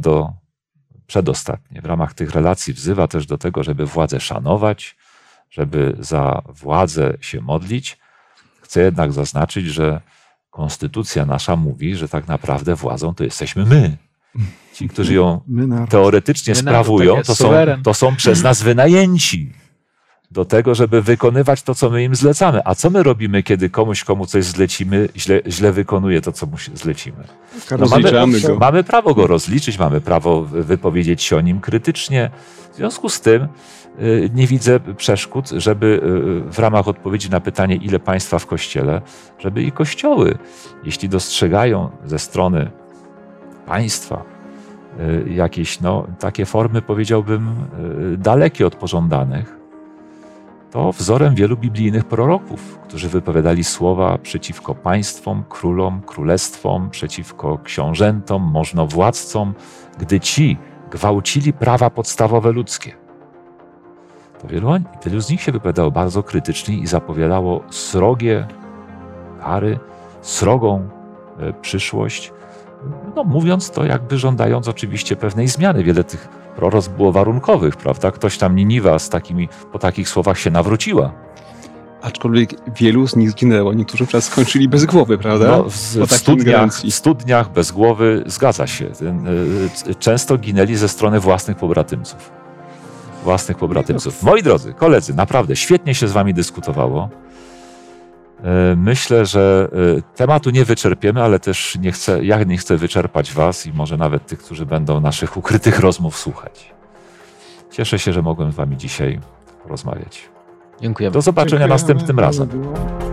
w ramach tych relacji wzywa też do tego, żeby władzę szanować, żeby za władzę się modlić. Chcę jednak zaznaczyć, że konstytucja nasza mówi, że tak naprawdę władzą to jesteśmy my. Ci, którzy ją teoretycznie sprawują, to są przez nas wynajęci do tego, żeby wykonywać to, co my im zlecamy. A co my robimy, kiedy komu coś zlecimy, źle wykonuje to, co mu zlecimy? Mamy prawo go rozliczyć, mamy prawo wypowiedzieć się o nim krytycznie. W związku z tym nie widzę przeszkód, żeby w ramach odpowiedzi na pytanie, ile państwa w Kościele, żeby i kościoły, jeśli dostrzegają ze strony państwa jakieś takie formy, powiedziałbym, dalekie od pożądanych, to wzorem wielu biblijnych proroków, którzy wypowiadali słowa przeciwko państwom, królom, królestwom, przeciwko książętom, możnowładcom, gdy ci gwałcili prawa podstawowe ludzkie. To wielu z nich się wypowiadało bardzo krytycznie i zapowiadało srogie kary, srogą przyszłość, mówiąc to jakby żądając oczywiście pewnej zmiany. Wiele tych proroctw było warunkowych, prawda? Ktoś tam Niniwa po takich słowach się nawróciła. Aczkolwiek wielu z nich zginęło, niektórzy czas skończyli bez głowy, prawda? W studniach bez głowy, zgadza się. Często ginęli ze strony własnych pobratymców. Moi drodzy, koledzy, naprawdę świetnie się z wami dyskutowało. Myślę, że tematu nie wyczerpiemy, ale też nie chcę wyczerpać was i może nawet tych, którzy będą naszych ukrytych rozmów słuchać. Cieszę się, że mogłem z wami dzisiaj porozmawiać. Dziękuję. Do zobaczenia następnym razem.